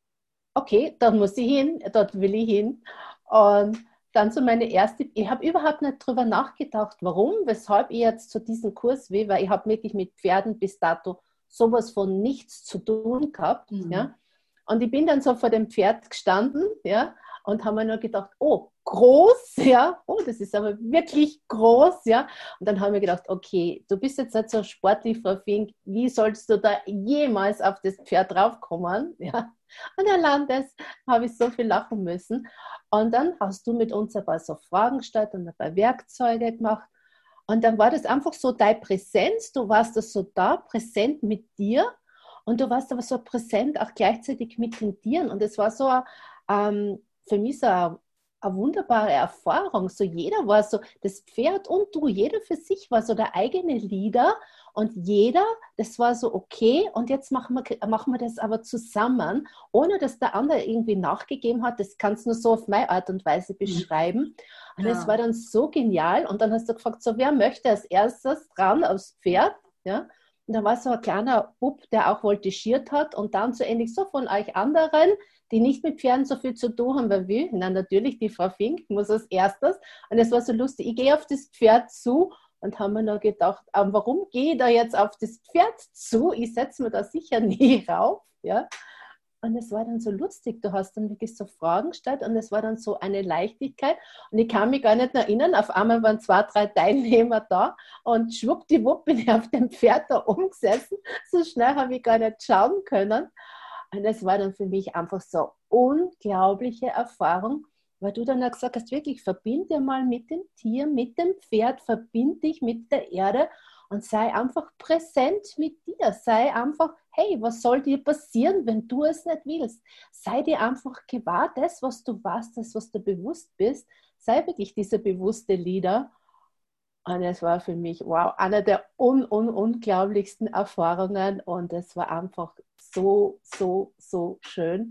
okay, dort muss ich hin, dort will ich hin und dann so meine erste, ich habe überhaupt nicht drüber nachgedacht, warum, weshalb ich jetzt zu diesem Kurs will, weil ich habe wirklich mit Pferden bis dato sowas von nichts zu tun gehabt, mhm. ja. Und ich bin dann so vor dem Pferd gestanden, ja, und habe mir nur gedacht, oh, groß, ja, oh, das ist aber wirklich groß, ja. Und dann habe ich mir gedacht, okay, du bist jetzt nicht so sportlich, Frau Fink, wie sollst du da jemals auf das Pferd draufkommen, ja. Und allein das habe ich so viel lachen müssen. Und dann hast du mit uns ein paar so Fragen gestellt und ein paar Werkzeuge gemacht. Und dann war das einfach so deine Präsenz, du warst da so da, präsent mit dir und du warst aber so präsent auch gleichzeitig mit den Tieren. Und es war so ähm, für mich so eine, eine wunderbare Erfahrung. So jeder war so, das Pferd und du, jeder für sich war so der eigene Leader und jeder, das war so okay und jetzt machen wir, machen wir das aber zusammen, ohne dass der andere irgendwie nachgegeben hat. Das kannst du nur so auf meine Art und Weise beschreiben. Und es ja. war dann so genial und dann hast du gefragt, so wer möchte als erstes dran aufs Pferd, ja? Und da war so ein kleiner Bub, der auch voltigiert hat und dann so ähnlich so von euch anderen, die nicht mit Pferden so viel zu tun haben, weil wir, na natürlich die Frau Fink muss als erstes und es war so lustig, ich gehe auf das Pferd zu und haben mir noch gedacht, ähm, warum gehe ich da jetzt auf das Pferd zu? Ich setze mir da sicher nie rauf, ja. Und es war dann so lustig, du hast dann wirklich so Fragen gestellt und es war dann so eine Leichtigkeit und ich kann mich gar nicht erinnern, auf einmal waren zwei, drei Teilnehmer da und schwuppdiwupp bin ich auf dem Pferd da umgesessen, so schnell habe ich gar nicht schauen können und es war dann für mich einfach so unglaubliche Erfahrung, weil du dann auch gesagt hast, wirklich verbind dir mal mit dem Tier, mit dem Pferd, verbind dich mit der Erde und sei einfach präsent mit dir. Sei einfach, hey, was soll dir passieren, wenn du es nicht willst? Sei dir einfach gewahr, das, was du warst, das, was du bewusst bist. Sei wirklich dieser bewusste Leader. Und es war für mich, wow, eine der un, un, unglaublichsten Erfahrungen. Und es war einfach so, so, so schön.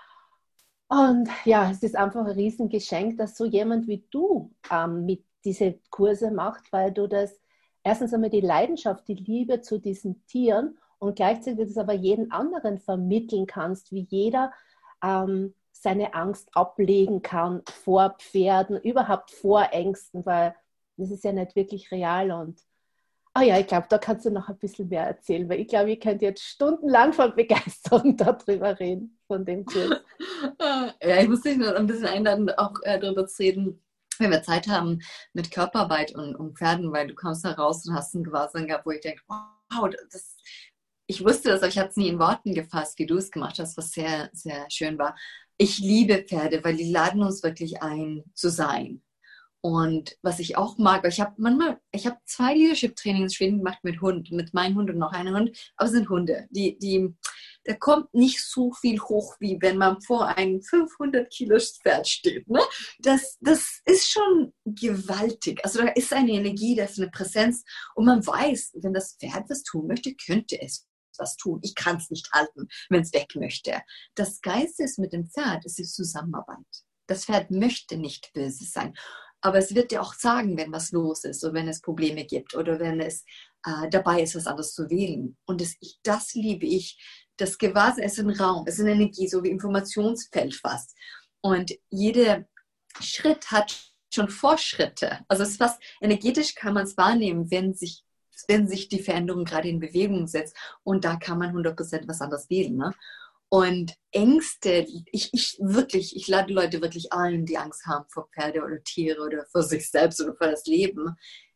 Und ja, es ist einfach ein Riesengeschenk, dass so jemand wie du ähm, mit diese Kurse macht, weil du das erstens einmal die Leidenschaft, die Liebe zu diesen Tieren und gleichzeitig das aber jeden anderen vermitteln kannst, wie jeder ähm, seine Angst ablegen kann vor Pferden, überhaupt vor Ängsten, weil das ist ja nicht wirklich real. Und ah ja, ich glaube, da kannst du noch ein bisschen mehr erzählen, weil ich glaube, ihr könnt jetzt stundenlang von Begeisterung darüber reden, von dem Kurs. Ja, ich muss dich noch ein bisschen einladen, auch äh, darüber zu reden, wenn wir Zeit haben mit Körperarbeit und, und Pferden, weil du kommst da raus und hast ein Gewahrsein gehabt, wo ich denke, wow, das, ich wusste das, aber ich habe es nie in Worten gefasst, wie du es gemacht hast, was sehr, sehr schön war. Ich liebe Pferde, weil die laden uns wirklich ein, zu sein. Und was ich auch mag, weil ich habe manchmal, ich habe zwei Leadership-Trainings in Schweden gemacht mit Hund, mit meinem Hund und noch einem Hund, aber es sind Hunde, die, die, da kommt nicht so viel hoch, wie wenn man vor einem fünfhundert Kilo Pferd steht. Ne? Das, das ist schon gewaltig. Also da ist eine Energie, da ist eine Präsenz und man weiß, wenn das Pferd was tun möchte, könnte es was tun. Ich kann es nicht halten, wenn es weg möchte. Das Geiste ist mit dem Pferd, es ist Zusammenarbeit. Das Pferd möchte nicht böse sein. Aber es wird dir auch sagen, wenn was los ist oder wenn es Probleme gibt oder wenn es äh, dabei ist, was anderes zu wählen. Und das, ich, das liebe ich. Das Gewahrsein ist ein Raum, es ist eine Energie, so wie Informationsfeld fast. Und jeder Schritt hat schon Fortschritte. Also es ist fast energetisch kann man es wahrnehmen, wenn sich, wenn sich die Veränderung gerade in Bewegung setzt. Und da kann man hundert Prozent was anderes wählen. Ne? Und Ängste, ich, ich wirklich, ich lade Leute wirklich ein, die Angst haben vor Pferde oder Tiere oder vor sich selbst oder vor das Leben.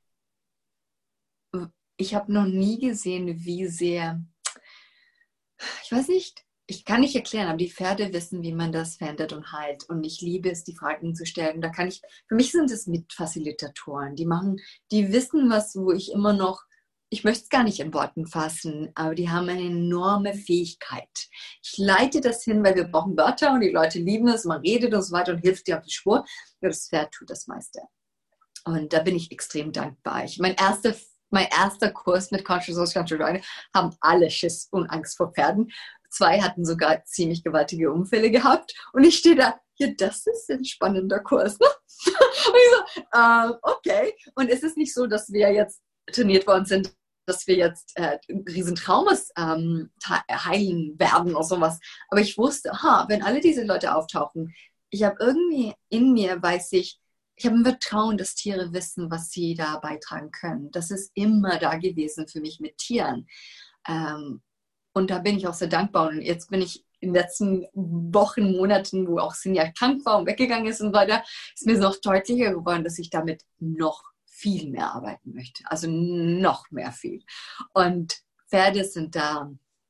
Ich habe noch nie gesehen, wie sehr, ich weiß nicht, ich kann nicht erklären, aber die Pferde wissen, wie man das verändert und heilt. Und ich liebe es, die Fragen zu stellen. Da kann ich, für mich sind es Mitfacilitatoren. Die machen, die wissen was, wo ich immer noch, ich möchte es gar nicht in Worten fassen, aber die haben eine enorme Fähigkeit. Ich leite das hin, weil wir brauchen Wörter und die Leute lieben es, man redet und so weiter und hilft dir auf die Spur. Aber das Pferd tut das meiste. Und da bin ich extrem dankbar. Ich, mein erster Mein erster Kurs mit Conscious Conscious Leute haben alle Schiss und Angst vor Pferden. Zwei hatten sogar ziemlich gewaltige Unfälle gehabt. Und ich stehe da, ja, das ist ein spannender Kurs. Ne? Und ich so, äh, okay. Und es ist nicht so, dass wir jetzt trainiert worden sind, dass wir jetzt äh, riesen Traumas ähm, heilen werden oder sowas. Aber ich wusste, aha, wenn alle diese Leute auftauchen, ich habe irgendwie in mir, weiß ich, ich habe ein Vertrauen, dass Tiere wissen, was sie da beitragen können. Das ist immer da gewesen für mich mit Tieren. Ähm, und da bin ich auch sehr dankbar. Und jetzt bin ich in den letzten Wochen, Monaten, wo auch Sinja krank war und weggegangen ist und so weiter, ist mir noch deutlicher geworden, dass ich damit noch viel mehr arbeiten möchte. Also noch mehr viel. Und Pferde sind da.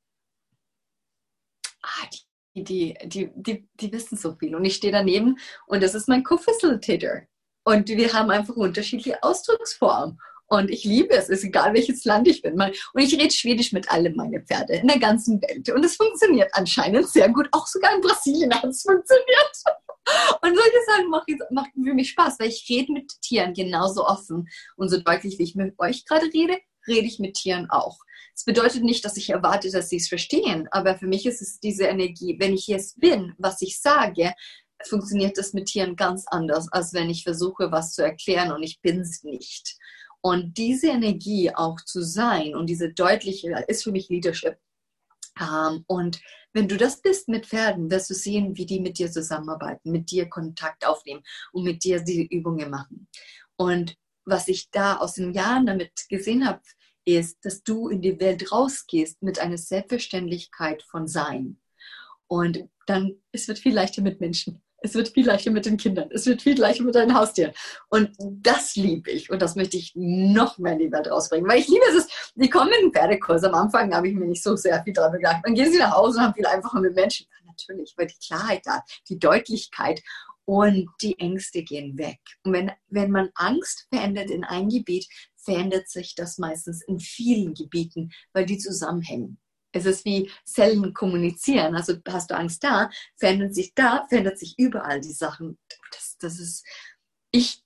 Ah, die, die, die, die, die wissen so viel. Und ich stehe daneben und das ist mein Co-Facilitator. Und wir haben einfach unterschiedliche Ausdrucksformen. Und ich liebe es, ist egal welches Land ich bin. Und ich rede Schwedisch mit allen meinen Pferden in der ganzen Welt. Und es funktioniert anscheinend sehr gut. Auch sogar in Brasilien hat es funktioniert. Und solche Sachen machen, machen für mich Spaß, weil ich rede mit Tieren genauso offen und so deutlich, wie ich mit euch gerade rede, rede ich mit Tieren auch. Es bedeutet nicht, dass ich erwarte, dass sie es verstehen. Aber für mich ist es diese Energie, wenn ich jetzt bin, was ich sage, funktioniert das mit Tieren ganz anders, als wenn ich versuche, was zu erklären und ich bin es nicht. Und diese Energie auch zu sein und diese deutliche, ist für mich Leadership. Um, und wenn du das bist mit Pferden, wirst du sehen, wie die mit dir zusammenarbeiten, mit dir Kontakt aufnehmen und mit dir die Übungen machen. Und was ich da aus den Jahren damit gesehen habe, ist, dass du in die Welt rausgehst mit einer Selbstverständlichkeit von Sein. Und dann, es wird viel leichter mit Menschen. Es wird viel leichter mit den Kindern. Es wird viel leichter mit deinen Haustieren. Und das liebe ich. Und das möchte ich noch mehr in die Welt rausbringen. Weil ich liebe es, die kommen in den Pferdekurs. Am Anfang habe ich mir nicht so sehr viel dran gedacht. Dann gehen sie nach Hause und haben viel einfacher mit Menschen. Ja, natürlich, weil die Klarheit da, die Deutlichkeit und die Ängste gehen weg. Und wenn, wenn man Angst verändert in ein Gebiet, verändert sich das meistens in vielen Gebieten, weil die zusammenhängen. Es ist wie Zellen kommunizieren. Also hast du Angst da, verändert sich da, verändert sich überall die Sachen. Das, das ist, ich,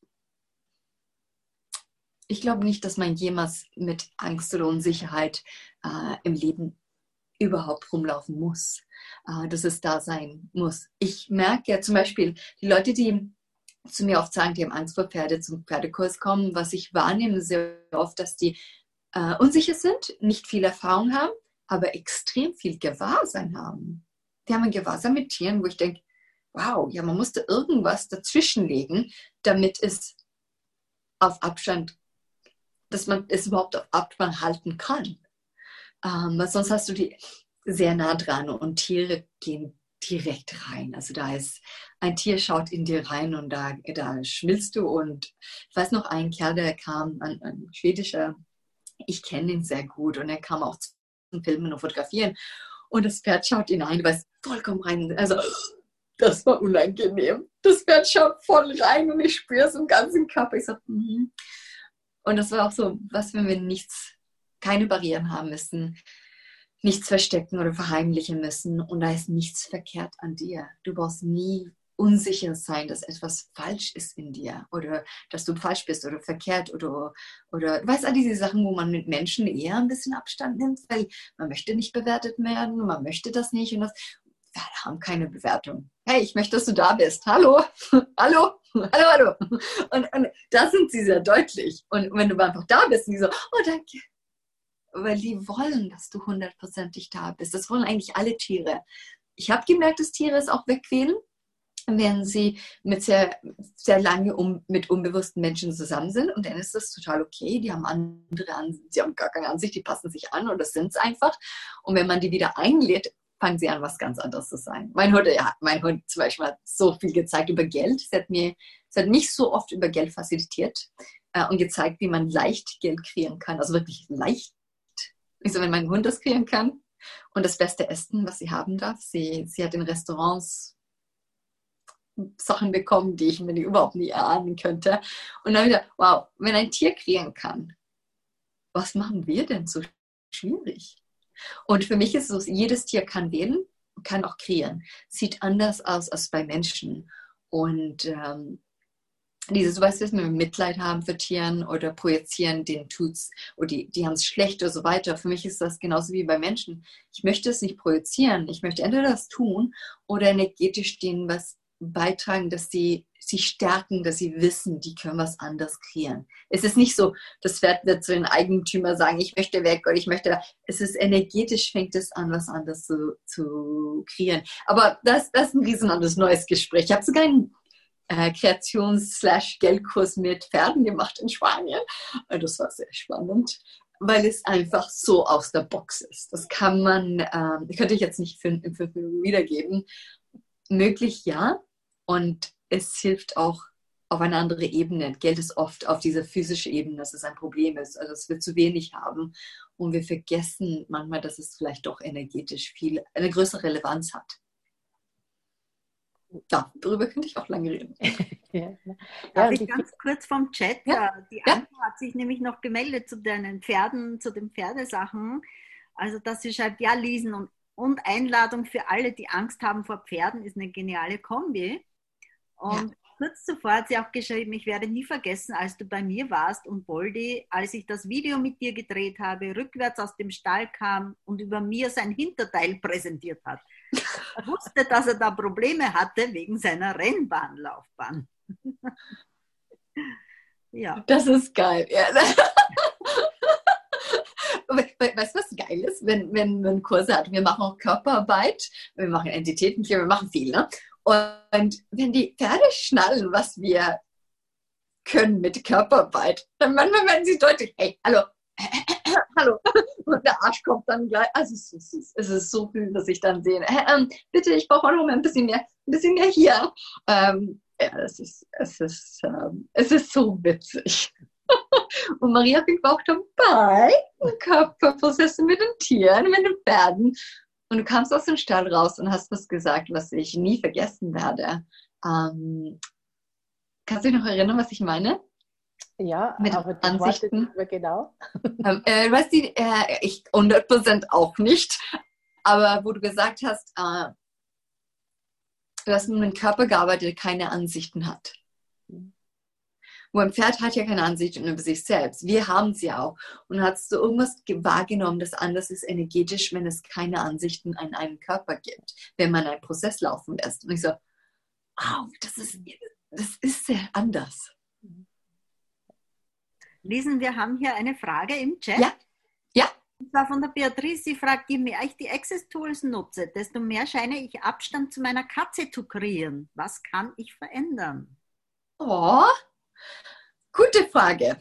ich glaube nicht, dass man jemals mit Angst oder Unsicherheit äh, im Leben überhaupt rumlaufen muss. Äh, dass es da sein muss. Ich merke ja zum Beispiel, die Leute, die zu mir oft sagen, die haben Angst vor Pferde, zum Pferdekurs kommen, was ich wahrnehme sehr oft, dass die äh, unsicher sind, nicht viel Erfahrung haben, aber extrem viel Gewahrsein haben. Die haben ein Gewahrsein mit Tieren, wo ich denke, wow, ja, man musste irgendwas dazwischenlegen, damit es auf Abstand, dass man es überhaupt auf Abstand halten kann. Ähm, weil sonst hast du die sehr nah dran und Tiere gehen direkt rein. Also da ist, ein Tier schaut in dir rein und da, da schmilzt du. Und ich weiß noch, ein Kerl, der kam, ein, ein schwedischer, ich kenne ihn sehr gut und er kam auch zu Filmen und Fotografieren und das Pferd schaut ihn ein, du weißt, vollkommen rein, also das war unangenehm. Das Pferd schaut voll rein und ich spüre es im ganzen Körper. Ich so, mm-hmm. Und das war auch so, was, wenn wir nichts, keine Barrieren haben müssen, nichts verstecken oder verheimlichen müssen und da ist nichts verkehrt an dir. Du brauchst nie unsicher sein, dass etwas falsch ist in dir oder dass du falsch bist oder verkehrt oder, oder weißt du, diese Sachen, wo man mit Menschen eher ein bisschen Abstand nimmt, weil man möchte nicht bewertet werden, man möchte das nicht und das, ja, haben keine Bewertung. Hey, ich möchte, dass du da bist. Hallo, hallo, hallo, hallo. Und, und da sind sie sehr deutlich. Und wenn du einfach da bist und die so, oh, danke. Weil die wollen, dass du hundertprozentig da bist. Das wollen eigentlich alle Tiere. Ich habe gemerkt, dass Tiere es auch wegwählen. wenn sie mit sehr, sehr lange um, mit unbewussten Menschen zusammen sind. Und dann ist das total okay. Die haben andere Ansicht, sie haben gar keine Ansicht, die passen sich an und das sind es einfach. Und wenn man die wieder einlädt, fangen sie an, was ganz anderes zu sein. Mein Hund, ja, mein Hund zum Beispiel hat so viel gezeigt über Geld. Sie hat, mir, sie hat mich so oft über Geld facilitiert äh, und gezeigt, wie man leicht Geld kreieren kann. Also wirklich leicht. Also wenn mein Hund das kreieren kann und das beste Essen, was sie haben darf. Sie, sie hat in Restaurants Sachen bekommen, die ich mir überhaupt nie erahnen könnte. Und dann wieder, wow, wenn ein Tier kreieren kann, was machen wir denn so schwierig? Und für mich ist es so, jedes Tier kann wählen, kann auch kreieren. Sieht anders aus als bei Menschen. Und ähm, dieses, du weißt, wenn wir Mitleid haben für Tieren oder projizieren, denen tut's, oder die, die haben es schlecht oder so weiter. Für mich ist das genauso wie bei Menschen. Ich möchte es nicht projizieren. Ich möchte entweder das tun oder energetisch denen was beitragen, dass sie sich stärken, dass sie wissen, die können was anderes kreieren. Es ist nicht so, das Pferd wird zu den Eigentümer sagen, ich möchte weg oder ich möchte, es ist energetisch, fängt es an, was anderes zu, zu kreieren. Aber das, das ist ein riesen anderes neues Gespräch. Ich habe sogar einen äh, Kreations-Geldkurs mit Pferden gemacht in Spanien. Und das war sehr spannend, weil es einfach so aus der Box ist. Das kann man, ähm, könnte ich jetzt nicht in fünf Minuten wiedergeben. Möglich, ja. Und es hilft auch auf eine andere Ebene. Geld ist oft auf dieser physischen Ebene, dass es ein Problem ist, also dass wir zu wenig haben. Und wir vergessen manchmal, dass es vielleicht doch energetisch viel, eine größere Relevanz hat. Ja, darüber könnte ich auch lange reden. Ja. Darf ich ganz kurz vom Chat, ja. die ja. Anna hat sich nämlich noch gemeldet zu deinen Pferden, zu den Pferdesachen. Also, dass sie schreibt, ja, lesen und, und Einladung für alle, die Angst haben vor Pferden, ist eine geniale Kombi. Und ja. kurz zuvor hat sie auch geschrieben, ich werde nie vergessen, als du bei mir warst und Boldi, als ich das Video mit dir gedreht habe, rückwärts aus dem Stall kam und über mir sein Hinterteil präsentiert hat. Er wusste, dass er da Probleme hatte wegen seiner Rennbahnlaufbahn. Ja. Das ist geil. Ja. Weißt du, was geil ist, wenn, wenn man Kurse hat? Wir machen auch Körperarbeit, wir machen Entitäten, wir machen viel, ne? Und wenn die Pferde schnallen, was wir können mit Körperarbeit, dann manchmal werden sie deutlich, hey, hallo, hallo. Und der Arsch kommt dann gleich. Also es ist, es ist so viel, dass ich dann sehe, äh, ähm, bitte, ich brauche auch noch mal ein bisschen mehr, ein bisschen mehr hier. Ähm, ja, es ist, es ist, ähm, es ist so witzig. Und Maria fängt auch dabei, Körperprozesse mit den Tieren, mit den Pferden. Und du kamst aus dem Stall raus und hast was gesagt, was ich nie vergessen werde. Ähm, kannst du dich noch erinnern, was ich meine? Ja, mit aber die Ansichten. Worte genau. ähm, äh, weißt du, äh, ich hundert Prozent auch nicht. Aber wo du gesagt hast, äh, dass man mit dem Körper gearbeitet, der keine Ansichten hat. Wo ein Pferd hat ja keine Ansichten über sich selbst. Wir haben sie auch. Und hast du irgendwas wahrgenommen, das anders ist energetisch, wenn es keine Ansichten an einen Körper gibt, wenn man einen Prozess laufen lässt. Und ich so, wow, das ist, das ist sehr anders. Lisen, wir haben hier eine Frage im Chat. Ja, ja. Und zwar von der Beatrice. Sie fragt, je mehr ich die Access Tools nutze, desto mehr scheine ich Abstand zu meiner Katze zu kreieren. Was kann ich verändern? Oh, gute Frage.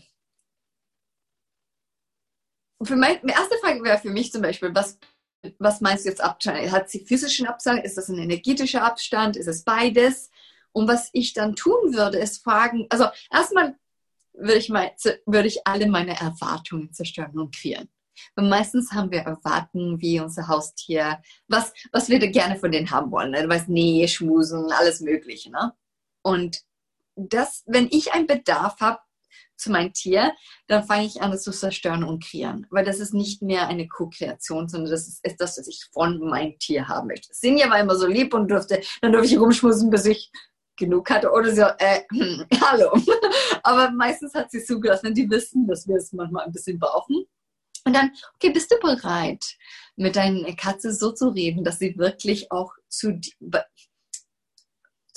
Für mein, die erste Frage wäre für mich zum Beispiel, was, was meinst du jetzt Abstand? Hat sie physischen Abstand? Ist das ein energetischer Abstand? Ist es beides? Und was ich dann tun würde, ist fragen, also erstmal würde ich, mal, würde ich alle meine Erwartungen zerstören und kreieren. Weil meistens haben wir Erwartungen wie unser Haustier, was, was wir gerne von denen haben wollen. Ne? Du weißt, Nähe, Schmusen, alles Mögliche. Ne? Und das, wenn ich einen Bedarf habe zu meinem Tier, dann fange ich an, das zu zerstören und kreieren. Weil das ist nicht mehr eine Co-Kreation, sondern das ist, ist das, was ich von meinem Tier haben möchte. Sinja war immer so lieb und durfte, dann durfte ich rumschmusen, bis ich genug hatte. Oder so, äh, hm, hallo. Aber meistens hat sie zugelassen, die wissen, dass wir es manchmal ein bisschen brauchen. Und dann, okay, bist du bereit, mit deiner Katze so zu reden, dass sie wirklich auch zu,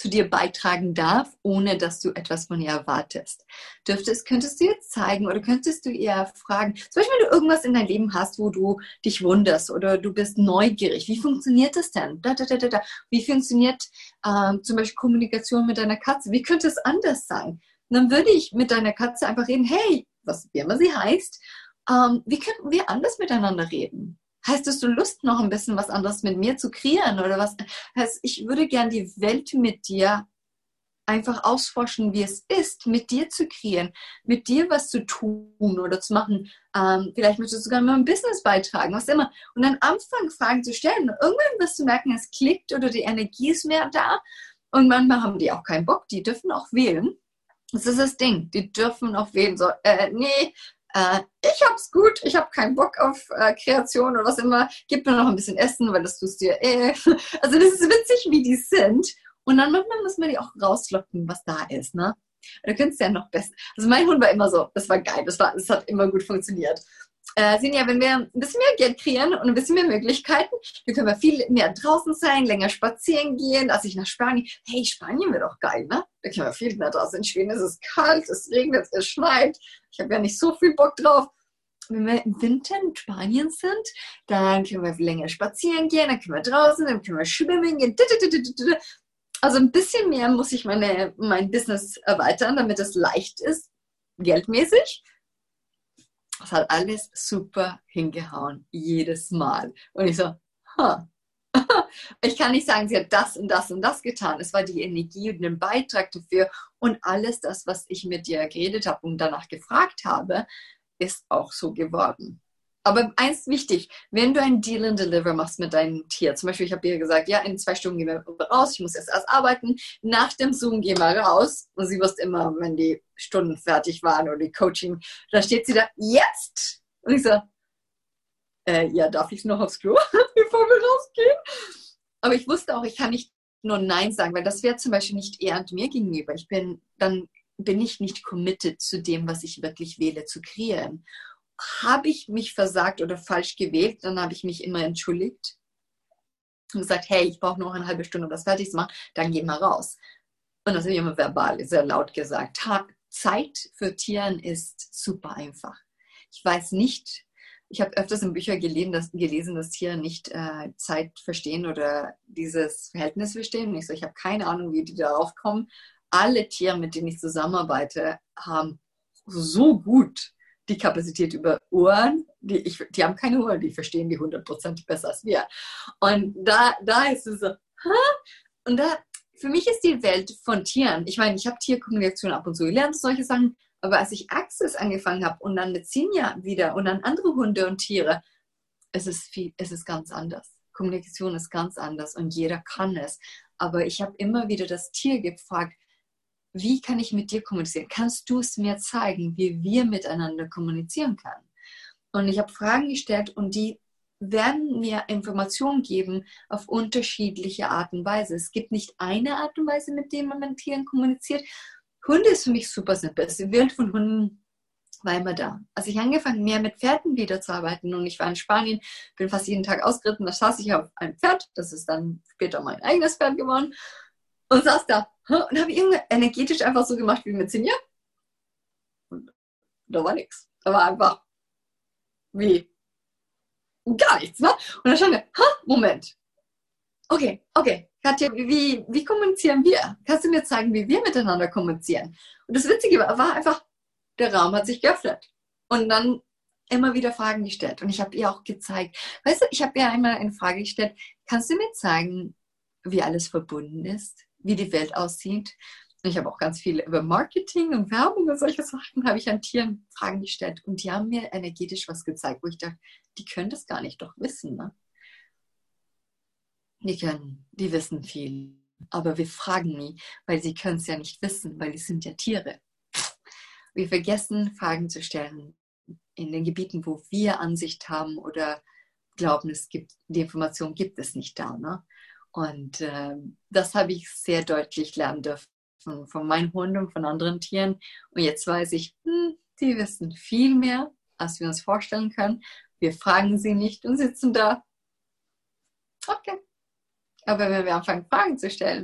zu dir beitragen darf, ohne dass du etwas von ihr erwartest. Dürftest, könntest du ihr zeigen oder könntest du ihr fragen, zum Beispiel, wenn du irgendwas in deinem Leben hast, wo du dich wunderst oder du bist neugierig, wie funktioniert das denn? Da, da, da, da, da. Wie funktioniert ähm, zum Beispiel Kommunikation mit deiner Katze? Wie könnte es anders sein? Und dann würde ich mit deiner Katze einfach reden, hey, was wie immer sie heißt, ähm, wie könnten wir anders miteinander reden? Heißt, hast du Lust, noch ein bisschen was anderes mit mir zu kreieren oder was? Heißt, ich würde gern die Welt mit dir einfach ausforschen, wie es ist, mit dir zu kreieren, mit dir was zu tun oder zu machen. Ähm, vielleicht möchtest du sogar mal ein Business beitragen, was immer. Und dann anfangen, Fragen zu stellen. Und irgendwann wirst du merken, es klickt oder die Energie ist mehr da. Und manchmal haben die auch keinen Bock, die dürfen auch wählen. Das ist das Ding, die dürfen auch wählen. So, äh, nee, Äh, ich hab's gut, ich habe keinen Bock auf äh, Kreation oder was immer. Gib mir noch ein bisschen Essen, weil das tust du ja eh. Also das ist witzig, wie die sind. Und dann manchmal muss man die auch rauslocken, was da ist, ne? Da könntest du ja noch besser. Also mein Hund war immer so, das war geil, das, war, das hat immer gut funktioniert. Äh, Sinja, wenn wir ein bisschen mehr Geld kreieren und ein bisschen mehr Möglichkeiten, dann können wir viel mehr draußen sein, länger spazieren gehen. Als ich nach Spanien, hey, Spanien wäre doch geil, ne? Da können wir viel mehr draußen. In Schweden ist es kalt, es regnet, es schneit. Ich habe ja nicht so viel Bock drauf. Wenn wir im Winter in Spanien sind, dann können wir länger spazieren gehen, dann können wir draußen, dann können wir schwimmen gehen. Also ein bisschen mehr muss ich meine, mein Business erweitern, damit es leicht ist, geldmäßig. Das hat alles super hingehauen, jedes Mal. Und ich so, huh. Ich kann nicht sagen, sie hat das und das und das getan. Es war die Energie und den Beitrag dafür. Und alles das, was ich mit dir geredet habe und danach gefragt habe, ist auch so geworden. Aber eins wichtig, wenn du ein Deal and Deliver machst mit deinem Tier, zum Beispiel, ich habe ihr gesagt, ja, in zwei Stunden gehen wir raus, ich muss jetzt erst arbeiten, nach dem Zoom gehen wir raus und sie wusste immer, wenn die Stunden fertig waren oder die Coaching, da steht sie da, jetzt! Und ich so, äh, ja, darf ich noch aufs Klo, bevor wir rausgehen? Aber ich wusste auch, ich kann nicht nur Nein sagen, weil das wäre zum Beispiel nicht eher und mir gegenüber. Ich bin, dann bin ich nicht committed zu dem, was ich wirklich wähle, zu kreieren. Habe ich mich versagt oder falsch gewählt, dann habe ich mich immer entschuldigt und gesagt, hey, ich brauche noch eine halbe Stunde, um das fertig zu machen, dann geh mal raus. Und das habe ich immer verbal, sehr laut gesagt. Zeit für Tieren ist super einfach. Ich weiß nicht, ich habe öfters in Büchern gelesen, dass, gelesen, dass Tiere nicht äh, Zeit verstehen oder dieses Verhältnis verstehen. Und ich so, ich habe keine Ahnung, wie die darauf kommen. Alle Tiere, mit denen ich zusammenarbeite, haben so gut die Kapazität über Ohren, die, ich, die haben keine Ohren, die verstehen die hundert Prozent besser als wir. Und da, da ist es so, ha? Und da, für mich ist die Welt von Tieren, ich meine, ich habe Tierkommunikation ab und zu gelernt, solche Sachen, aber als ich Access angefangen habe und dann mit Sinja wieder und dann andere Hunde und Tiere, es ist, viel, es ist ganz anders. Kommunikation ist ganz anders und jeder kann es. Aber ich habe immer wieder das Tier gefragt, wie kann ich mit dir kommunizieren? Kannst du es mir zeigen, wie wir miteinander kommunizieren können? Und ich habe Fragen gestellt und die werden mir Informationen geben auf unterschiedliche Art und Weise. Es gibt nicht eine Art und Weise, mit der man mit Tieren kommuniziert. Hunde ist für mich super simpel. Die Welt von Hunden war immer da. Als ich angefangen mehr mit Pferden wieder zu arbeiten und ich war in Spanien, bin fast jeden Tag ausgeritten, da saß ich auf einem Pferd, das ist dann später mein eigenes Pferd geworden, und saß da und habe irgendwie energetisch einfach so gemacht wie mit Sinja. Und da war nichts. Da war einfach wie gar nichts. Ne? Und dann stand wir, ha, Moment. Okay, okay. Katja, wie, wie kommunizieren wir? Kannst du mir zeigen, wie wir miteinander kommunizieren? Und das Witzige war, war einfach, der Raum hat sich geöffnet. Und dann immer wieder Fragen gestellt. Und ich habe ihr auch gezeigt, weißt du, ich habe ihr einmal eine Frage gestellt, kannst du mir zeigen, wie alles verbunden ist? Wie die Welt aussieht. Und ich habe auch ganz viel über Marketing und Werbung und solche Sachen, habe ich an Tieren Fragen gestellt. Und die haben mir energetisch was gezeigt, wo ich dachte, die können das gar nicht doch wissen. Ne? Die können, die wissen viel. Aber wir fragen nie, weil sie können es ja nicht wissen, weil die sind ja Tiere. Wir vergessen, Fragen zu stellen in den Gebieten, wo wir Ansicht haben oder glauben, es gibt, die Information gibt es nicht da. Ne? Und äh, das habe ich sehr deutlich lernen dürfen von, von meinen Hunden und von anderen Tieren. Und jetzt weiß ich, hm, die wissen viel mehr, als wir uns vorstellen können. Wir fragen sie nicht und sitzen da. Okay. Aber wenn wir anfangen, Fragen zu stellen,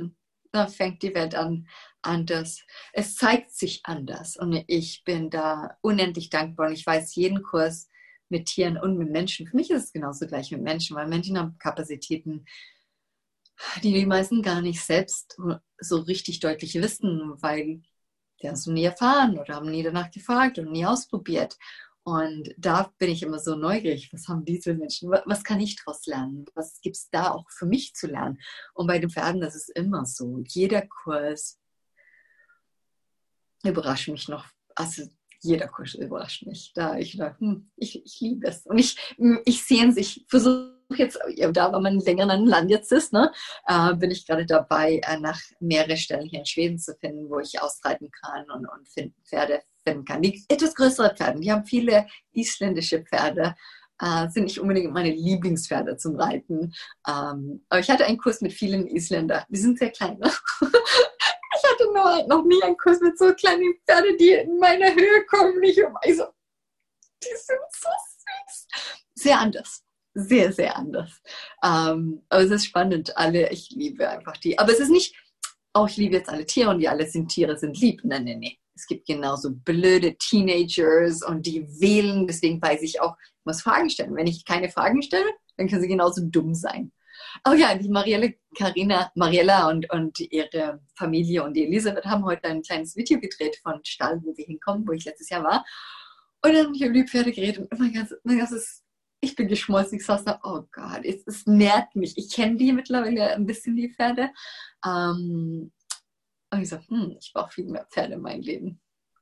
da fängt die Welt an anders. Es zeigt sich anders und ich bin da unendlich dankbar und ich weiß, jeden Kurs mit Tieren und mit Menschen, für mich ist es genauso gleich mit Menschen, weil Menschen haben Kapazitäten, die die meisten gar nicht selbst so richtig deutlich wissen, weil die haben es nie erfahren oder haben nie danach gefragt und nie ausprobiert. Und da bin ich immer so neugierig, was haben diese Menschen, was kann ich daraus lernen, was gibt es da auch für mich zu lernen. Und bei den Pferden, das ist immer so, jeder Kurs überrascht mich noch, also jeder Kurs überrascht mich. Da ich, hm, ich, ich liebe es. Und ich, ich sehe es, ich versuche jetzt, da weil man länger in einem Land jetzt ist, ne, äh, bin ich gerade dabei, äh, nach mehrere Stellen hier in Schweden zu finden, wo ich ausreiten kann und, und finden, Pferde finden kann. Die etwas größere Pferde, die haben viele isländische Pferde, äh, sind nicht unbedingt meine Lieblingspferde zum Reiten. Ähm, aber ich hatte einen Kurs mit vielen Isländern. Die sind sehr klein, ne? Ich hatte noch, noch nie einen Kurs mit so kleinen Pferden, die in meine Höhe kommen. Ich also, die sind so süß. Sehr anders. Sehr, sehr anders. Ähm, aber es ist spannend. Alle, ich liebe einfach die. Aber es ist nicht, oh, ich liebe jetzt alle Tiere und die alle sind Tiere, sind lieb. Nein, nein, nein. Es gibt genauso blöde Teenagers und die wählen. Deswegen weiß ich auch, ich muss Fragen stellen. Wenn ich keine Fragen stelle, dann können sie genauso dumm sein. Oh ja, die Marielle, Carina, Mariella und, und ihre Familie und die Elisabeth haben heute ein kleines Video gedreht von Stall, wo wir hinkommen, wo ich letztes Jahr war. Und dann habe ich über die Pferde geredet und mein ganzes, mein ganzes, ich bin geschmolzen. Ich saß da, oh Gott, es, es nährt mich. Ich kenne die mittlerweile ein bisschen, die Pferde. Ähm, und ich so, hm, ich brauche viel mehr Pferde in meinem Leben.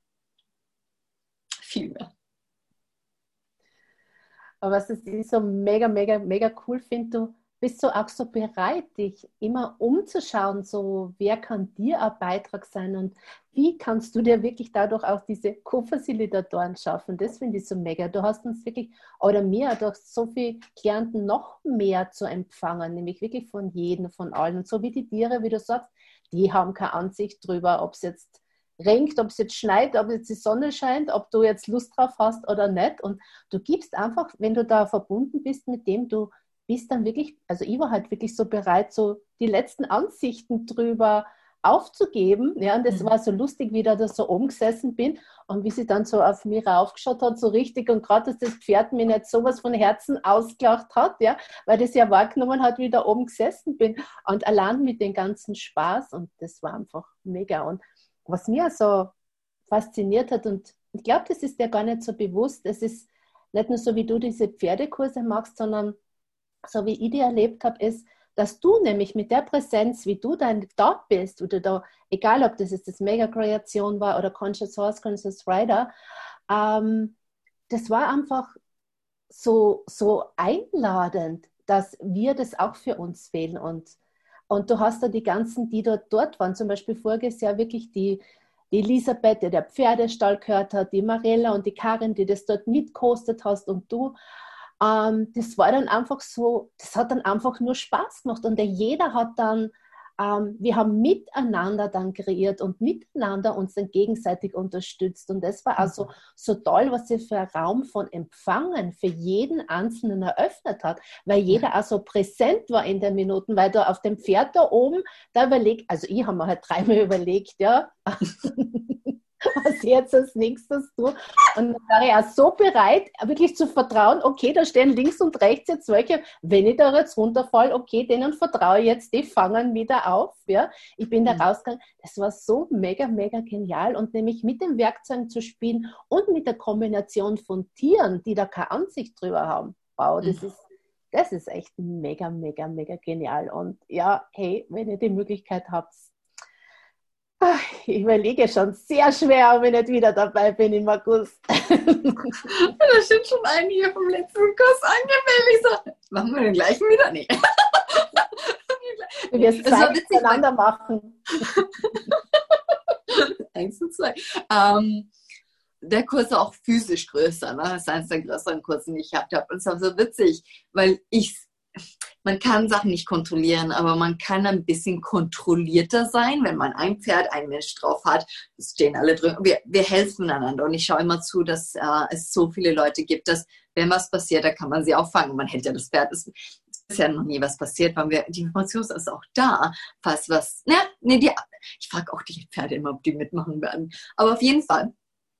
Viel mehr. Aber was ich so mega, mega, mega cool finde, du bist so auch so bereit, dich immer umzuschauen, so wer kann dir ein Beitrag sein und wie kannst du dir wirklich dadurch auch diese Co-Facilitatoren schaffen. Das finde ich so mega. Du hast uns wirklich, oder mir durch so viele Klienten noch mehr zu empfangen, nämlich wirklich von jedem, von allen. Und so wie die Tiere, wie du sagst, die haben keine Ansicht drüber, ob es jetzt regnet, ob es jetzt schneit, ob jetzt die Sonne scheint, ob du jetzt Lust drauf hast oder nicht. Und du gibst einfach, wenn du da verbunden bist mit dem, du bist dann wirklich, also ich war halt wirklich so bereit, so die letzten Ansichten drüber aufzugeben. Ja, und das war so lustig, wie ich da so oben gesessen bin und wie sie dann so auf mich raufgeschaut hat, so richtig, und gerade, dass das Pferd mir nicht sowas von Herzen ausgelacht hat, ja, weil das ja wahrgenommen hat, wie ich da oben gesessen bin. Und allein mit dem ganzen Spaß, und das war einfach mega. Und was mir so fasziniert hat, und ich glaube, das ist dir gar nicht so bewusst, es ist nicht nur so, wie du diese Pferdekurse machst, sondern so wie ich die erlebt habe, ist, dass du nämlich mit der Präsenz, wie du dann da bist, oder da, egal ob das jetzt das Mega-Kreation war oder Conscious Horse, Conscious Rider, ähm, das war einfach so, so einladend, dass wir das auch für uns wählen. Und, und du hast da die ganzen, die dort, dort waren, zum Beispiel voriges Jahr wirklich die, die Elisabeth, die der Pferdestall gehört hat, die Mariella und die Karin, die das dort mitkostet hast, und du. Ähm, das war dann einfach so, das hat dann einfach nur Spaß gemacht, und jeder hat dann, ähm, wir haben miteinander dann kreiert und miteinander uns dann gegenseitig unterstützt, und das war also so toll, was sie für einen Raum von Empfangen für jeden Einzelnen eröffnet hat, weil jeder auch so präsent war in den Minuten, weil da auf dem Pferd da oben, da überlegt, also ich habe mir halt dreimal überlegt, ja, was ich jetzt als nächstes tue. Und dann war ich auch so bereit, wirklich zu vertrauen, okay, da stehen links und rechts jetzt welche, wenn ich da jetzt runterfalle, okay, denen vertraue ich jetzt, die fangen wieder auf. Ja. Ich bin da Mhm. rausgegangen. Das war so mega, mega genial. Und nämlich mit den Werkzeugen zu spielen und mit der Kombination von Tieren, die da keine Ansicht drüber haben. Wow, das Mhm. ist das ist echt mega, mega, mega genial. Und ja, hey, wenn ihr die Möglichkeit habt, ich überlege schon sehr schwer, ob ich nicht wieder dabei bin im August. Da sind schon einige vom letzten Kurs angemeldet. Ich so, machen wir den gleichen wieder? Nee. Wenn wir es Das war zwei witzig, miteinander machen. Eins und zwei. Ähm, der Kurs ist auch physisch größer. Ne? Das ist eines der größeren Kurse, die ich gehabt habe. Und es war so witzig, weil ich, man kann Sachen nicht kontrollieren, aber man kann ein bisschen kontrollierter sein, wenn man ein Pferd, ein Mensch drauf hat. Es stehen alle drin. Wir, wir helfen einander. Und ich schaue immer zu, dass äh, es so viele Leute gibt, dass, wenn was passiert, da kann man sie auch fangen. Man hält ja das Pferd. Das, ist ja noch nie was passiert, weil wir, die Information ist auch da, falls was, ne, ne, die, ich frage auch die Pferde immer, ob die mitmachen werden. Aber auf jeden Fall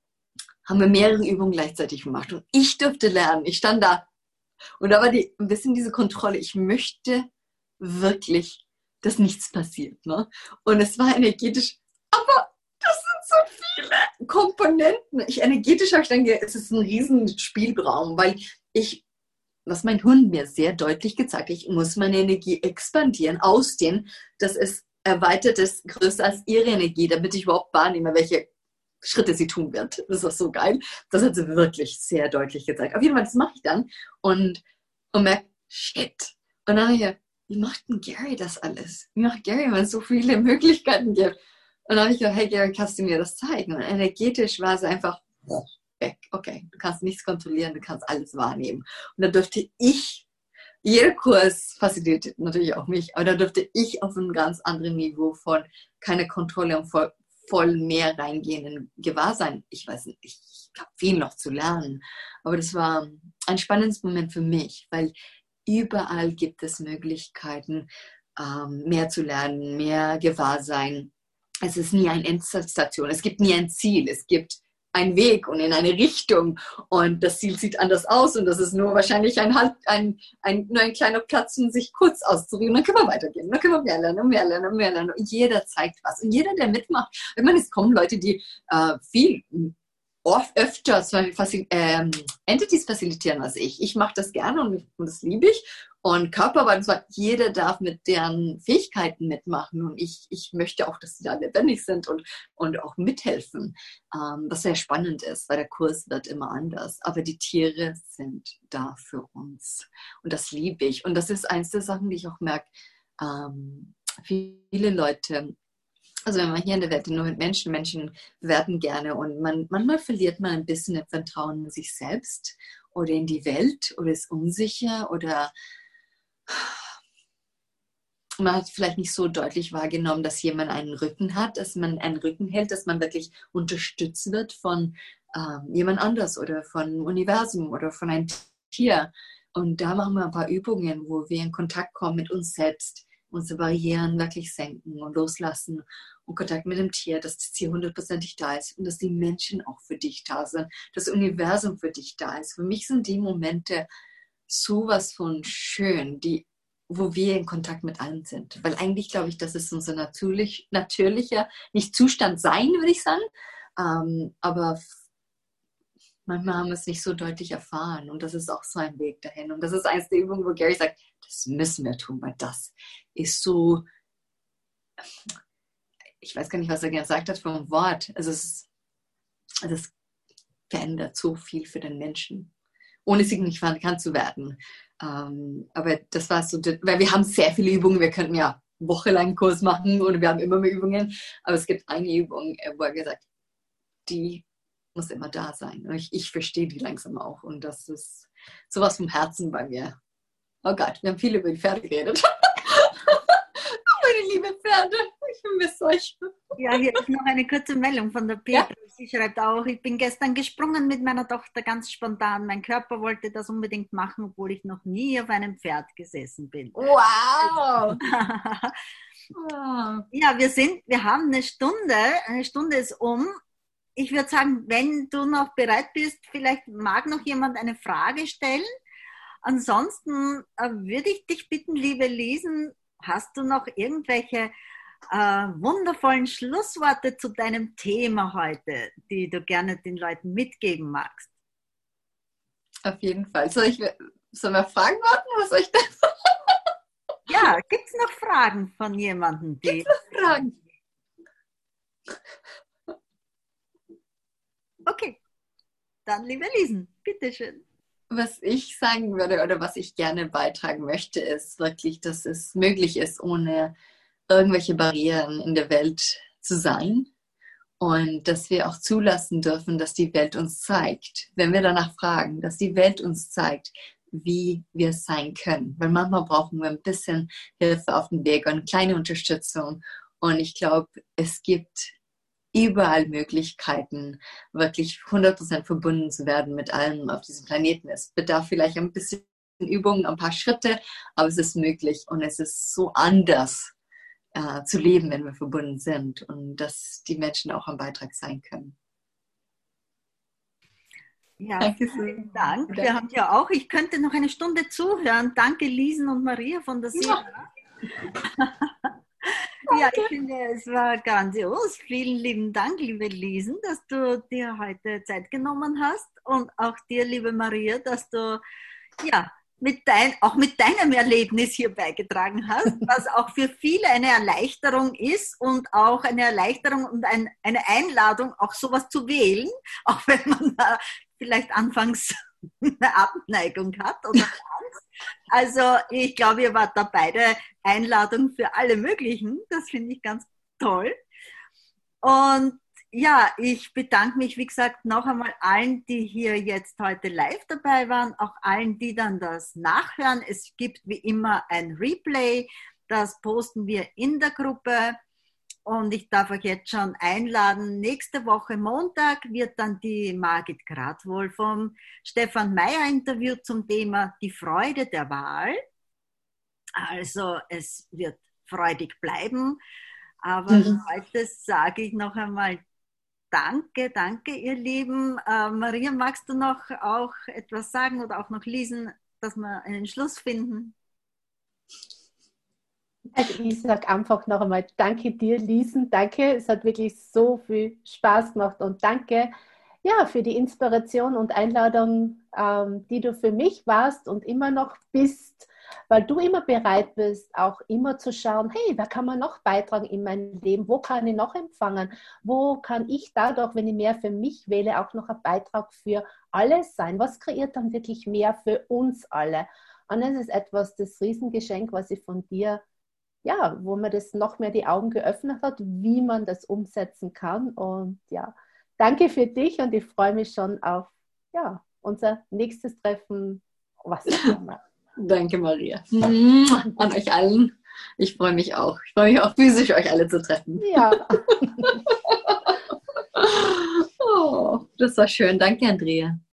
haben wir mehrere Übungen gleichzeitig gemacht und ich durfte lernen. Ich stand da und da war die, ein bisschen diese Kontrolle. Ich möchte wirklich, dass nichts passiert, ne? Und es war energetisch, aber das sind so viele Komponenten. Ich energetisch habe ich dann, es ist ein riesen Spielraum, weil ich, was mein Hund mir sehr deutlich gezeigt hat, ich muss meine Energie expandieren, ausdehnen, dass es erweitert ist, größer als ihre Energie, damit ich überhaupt wahrnehme, welche Schritte sie tun wird. Das ist so geil. Das hat sie wirklich sehr deutlich gezeigt. Auf jeden Fall, das mache ich dann und, und merke, shit. Und dann habe ich, wie macht denn Gary das alles? Wie macht Gary, wenn es so viele Möglichkeiten gibt? Und dann habe ich gesagt, hey Gary, kannst du mir das zeigen? Und energetisch war es einfach weg. Okay, du kannst nichts kontrollieren, du kannst alles wahrnehmen. Und da dürfte ich, jeder Kurs fasziniert natürlich auch mich, aber da dürfte ich auf einem ganz anderen Niveau von keine Kontrolle und voll, voll mehr reingehen in Gewahrsein. Ich weiß nicht, ich habe viel noch zu lernen, aber das war ein spannendes Moment für mich, weil überall gibt es Möglichkeiten, ähm, mehr zu lernen, mehr Gewahrsein. Es ist nie eine Endstation, es gibt nie ein Ziel, es gibt einen Weg und in eine Richtung und das Ziel sieht anders aus und das ist nur wahrscheinlich ein, halt, ein, ein, nur ein kleiner Platz, um sich kurz auszuruhen. Dann können wir weitergehen, dann können wir mehr lernen, mehr lernen, mehr lernen und jeder zeigt was und jeder, der mitmacht. Ich meine, es kommen Leute, die äh, viel oft öfters ähm, Entities facilitieren als ich. Ich mache das gerne und, und das liebe ich. Und Körperarbeit, zwar jeder darf mit deren Fähigkeiten mitmachen und ich, ich möchte auch, dass sie da lebendig sind und, und auch mithelfen, ähm, was sehr spannend ist, weil der Kurs wird immer anders. Aber die Tiere sind da für uns und das liebe ich. Und das ist eins der Sachen, die ich auch merke, ähm, viele Leute, also wenn man hier in der Welt nur mit Menschen, Menschen werden gerne und man, manchmal verliert man ein bisschen das Vertrauen in sich selbst oder in die Welt oder ist unsicher oder man hat vielleicht nicht so deutlich wahrgenommen, dass jemand einen Rücken hat, dass man einen Rücken hält, dass man wirklich unterstützt wird von ähm, jemand anders oder von Universum oder von einem Tier. Und da machen wir ein paar Übungen, wo wir in Kontakt kommen mit uns selbst, unsere Barrieren wirklich senken und loslassen und Kontakt mit dem Tier, dass das Tier hundertprozentig da ist und dass die Menschen auch für dich da sind, das Universum für dich da ist. Für mich sind die Momente sowas von schön, die, wo wir in Kontakt mit allen sind. Weil eigentlich glaube ich, das ist unser natürlich, natürlicher, nicht Zustand sein, würde ich sagen, ähm, aber manchmal haben wir es nicht so deutlich erfahren und das ist auch so ein Weg dahin. Und das ist eines der Übungen, wo Gary sagt, das müssen wir tun, weil das ist so, ich weiß gar nicht, was er gesagt hat für ein Wort. Also es, ist, also es verändert so viel für den Menschen, ohne signifikant zu werden. Ähm, aber das war so, weil wir haben sehr viele Übungen, wir könnten ja wochenlang einen Kurs machen und wir haben immer mehr Übungen, aber es gibt eine Übung, wo er gesagt hat, die muss immer da sein. Und ich, ich verstehe die langsam auch und das ist sowas vom Herzen bei mir. Oh Gott, wir haben viel über die Pferde geredet. Meine liebe Pferde, ich vermisse euch. Ja, hier ist noch eine kurze Meldung von der Petra. Ja? Sie schreibt auch, ich bin gestern gesprungen mit meiner Tochter ganz spontan. Mein Körper wollte das unbedingt machen, obwohl ich noch nie auf einem Pferd gesessen bin. Wow! Ja, wir sind, wir haben eine Stunde, eine Stunde ist um. Ich würde sagen, wenn du noch bereit bist, vielleicht mag noch jemand eine Frage stellen. Ansonsten äh, würde ich dich bitten, liebe Liesen, hast du noch irgendwelche äh, wundervollen Schlussworte zu deinem Thema heute, die du gerne den Leuten mitgeben magst? Auf jeden Fall. Soll ich soll wir Fragen warten? Was soll ich denn? Ja, gibt es noch Fragen von jemandem? Die Gibt's noch Fragen? Okay, dann liebe Liesen, bitteschön. Was ich sagen würde oder was ich gerne beitragen möchte, ist wirklich, dass es möglich ist, ohne irgendwelche Barrieren in der Welt zu sein und dass wir auch zulassen dürfen, dass die Welt uns zeigt, wenn wir danach fragen, dass die Welt uns zeigt, wie wir es sein können. Weil manchmal brauchen wir ein bisschen Hilfe auf dem Weg und eine kleine Unterstützung und ich glaube, es gibt überall Möglichkeiten, wirklich hundert Prozent verbunden zu werden mit allem auf diesem Planeten. Es bedarf vielleicht ein bisschen Übungen, ein paar Schritte, aber es ist möglich und es ist so anders äh, zu leben, wenn wir verbunden sind und dass die Menschen auch ein Beitrag sein können. Ja, Danke vielen sehr. Dank. Wir haben ja auch, ich könnte noch eine Stunde zuhören. Danke, Liesen und Maria von der Sierra. Ja, ich finde, es war grandios. Vielen lieben Dank, liebe Liesen, dass du dir heute Zeit genommen hast und auch dir, liebe Maria, dass du ja mit dein, auch mit deinem Erlebnis hier beigetragen hast, was auch für viele eine Erleichterung ist und auch eine Erleichterung und ein, eine Einladung, auch sowas zu wählen, auch wenn man da vielleicht anfangs eine Abneigung hat oder Angst. Also ich glaube, ihr wart da beide Einladung für alle möglichen. Das finde ich ganz toll. Und ja, ich bedanke mich, wie gesagt, noch einmal allen, die hier jetzt heute live dabei waren, auch allen, die dann das nachhören. Es gibt wie immer ein Replay, das posten wir in der Gruppe. Und ich darf euch jetzt schon einladen, nächste Woche Montag wird dann die Margit Gradwohl vom Stefan Meyer interviewt zum Thema die Freude der Wahl. Also es wird freudig bleiben. Aber mhm. heute sage ich noch einmal Danke, danke, ihr Lieben. Äh, Maria, magst du noch auch etwas sagen oder auch noch lesen, dass wir einen Schluss finden? Also ich sage einfach noch einmal danke dir, Liesen, danke. Es hat wirklich so viel Spaß gemacht und danke ja, für die Inspiration und Einladung, ähm, die du für mich warst und immer noch bist, weil du immer bereit bist, auch immer zu schauen, hey, wer kann man noch beitragen in mein Leben? Wo kann ich noch empfangen? Wo kann ich dadurch, wenn ich mehr für mich wähle, auch noch ein Beitrag für alle sein? Was kreiert dann wirklich mehr für uns alle? Und das ist etwas, das Riesengeschenk, was ich von dir, ja, wo mir das noch mehr die Augen geöffnet hat, wie man das umsetzen kann. Und ja, danke für dich und ich freue mich schon auf ja, unser nächstes Treffen, was auch immer. Danke, Maria. An euch allen. Ich freue mich auch. Ich freue mich auch physisch, euch alle zu treffen. Ja. Oh, das war schön. Danke, Andrea.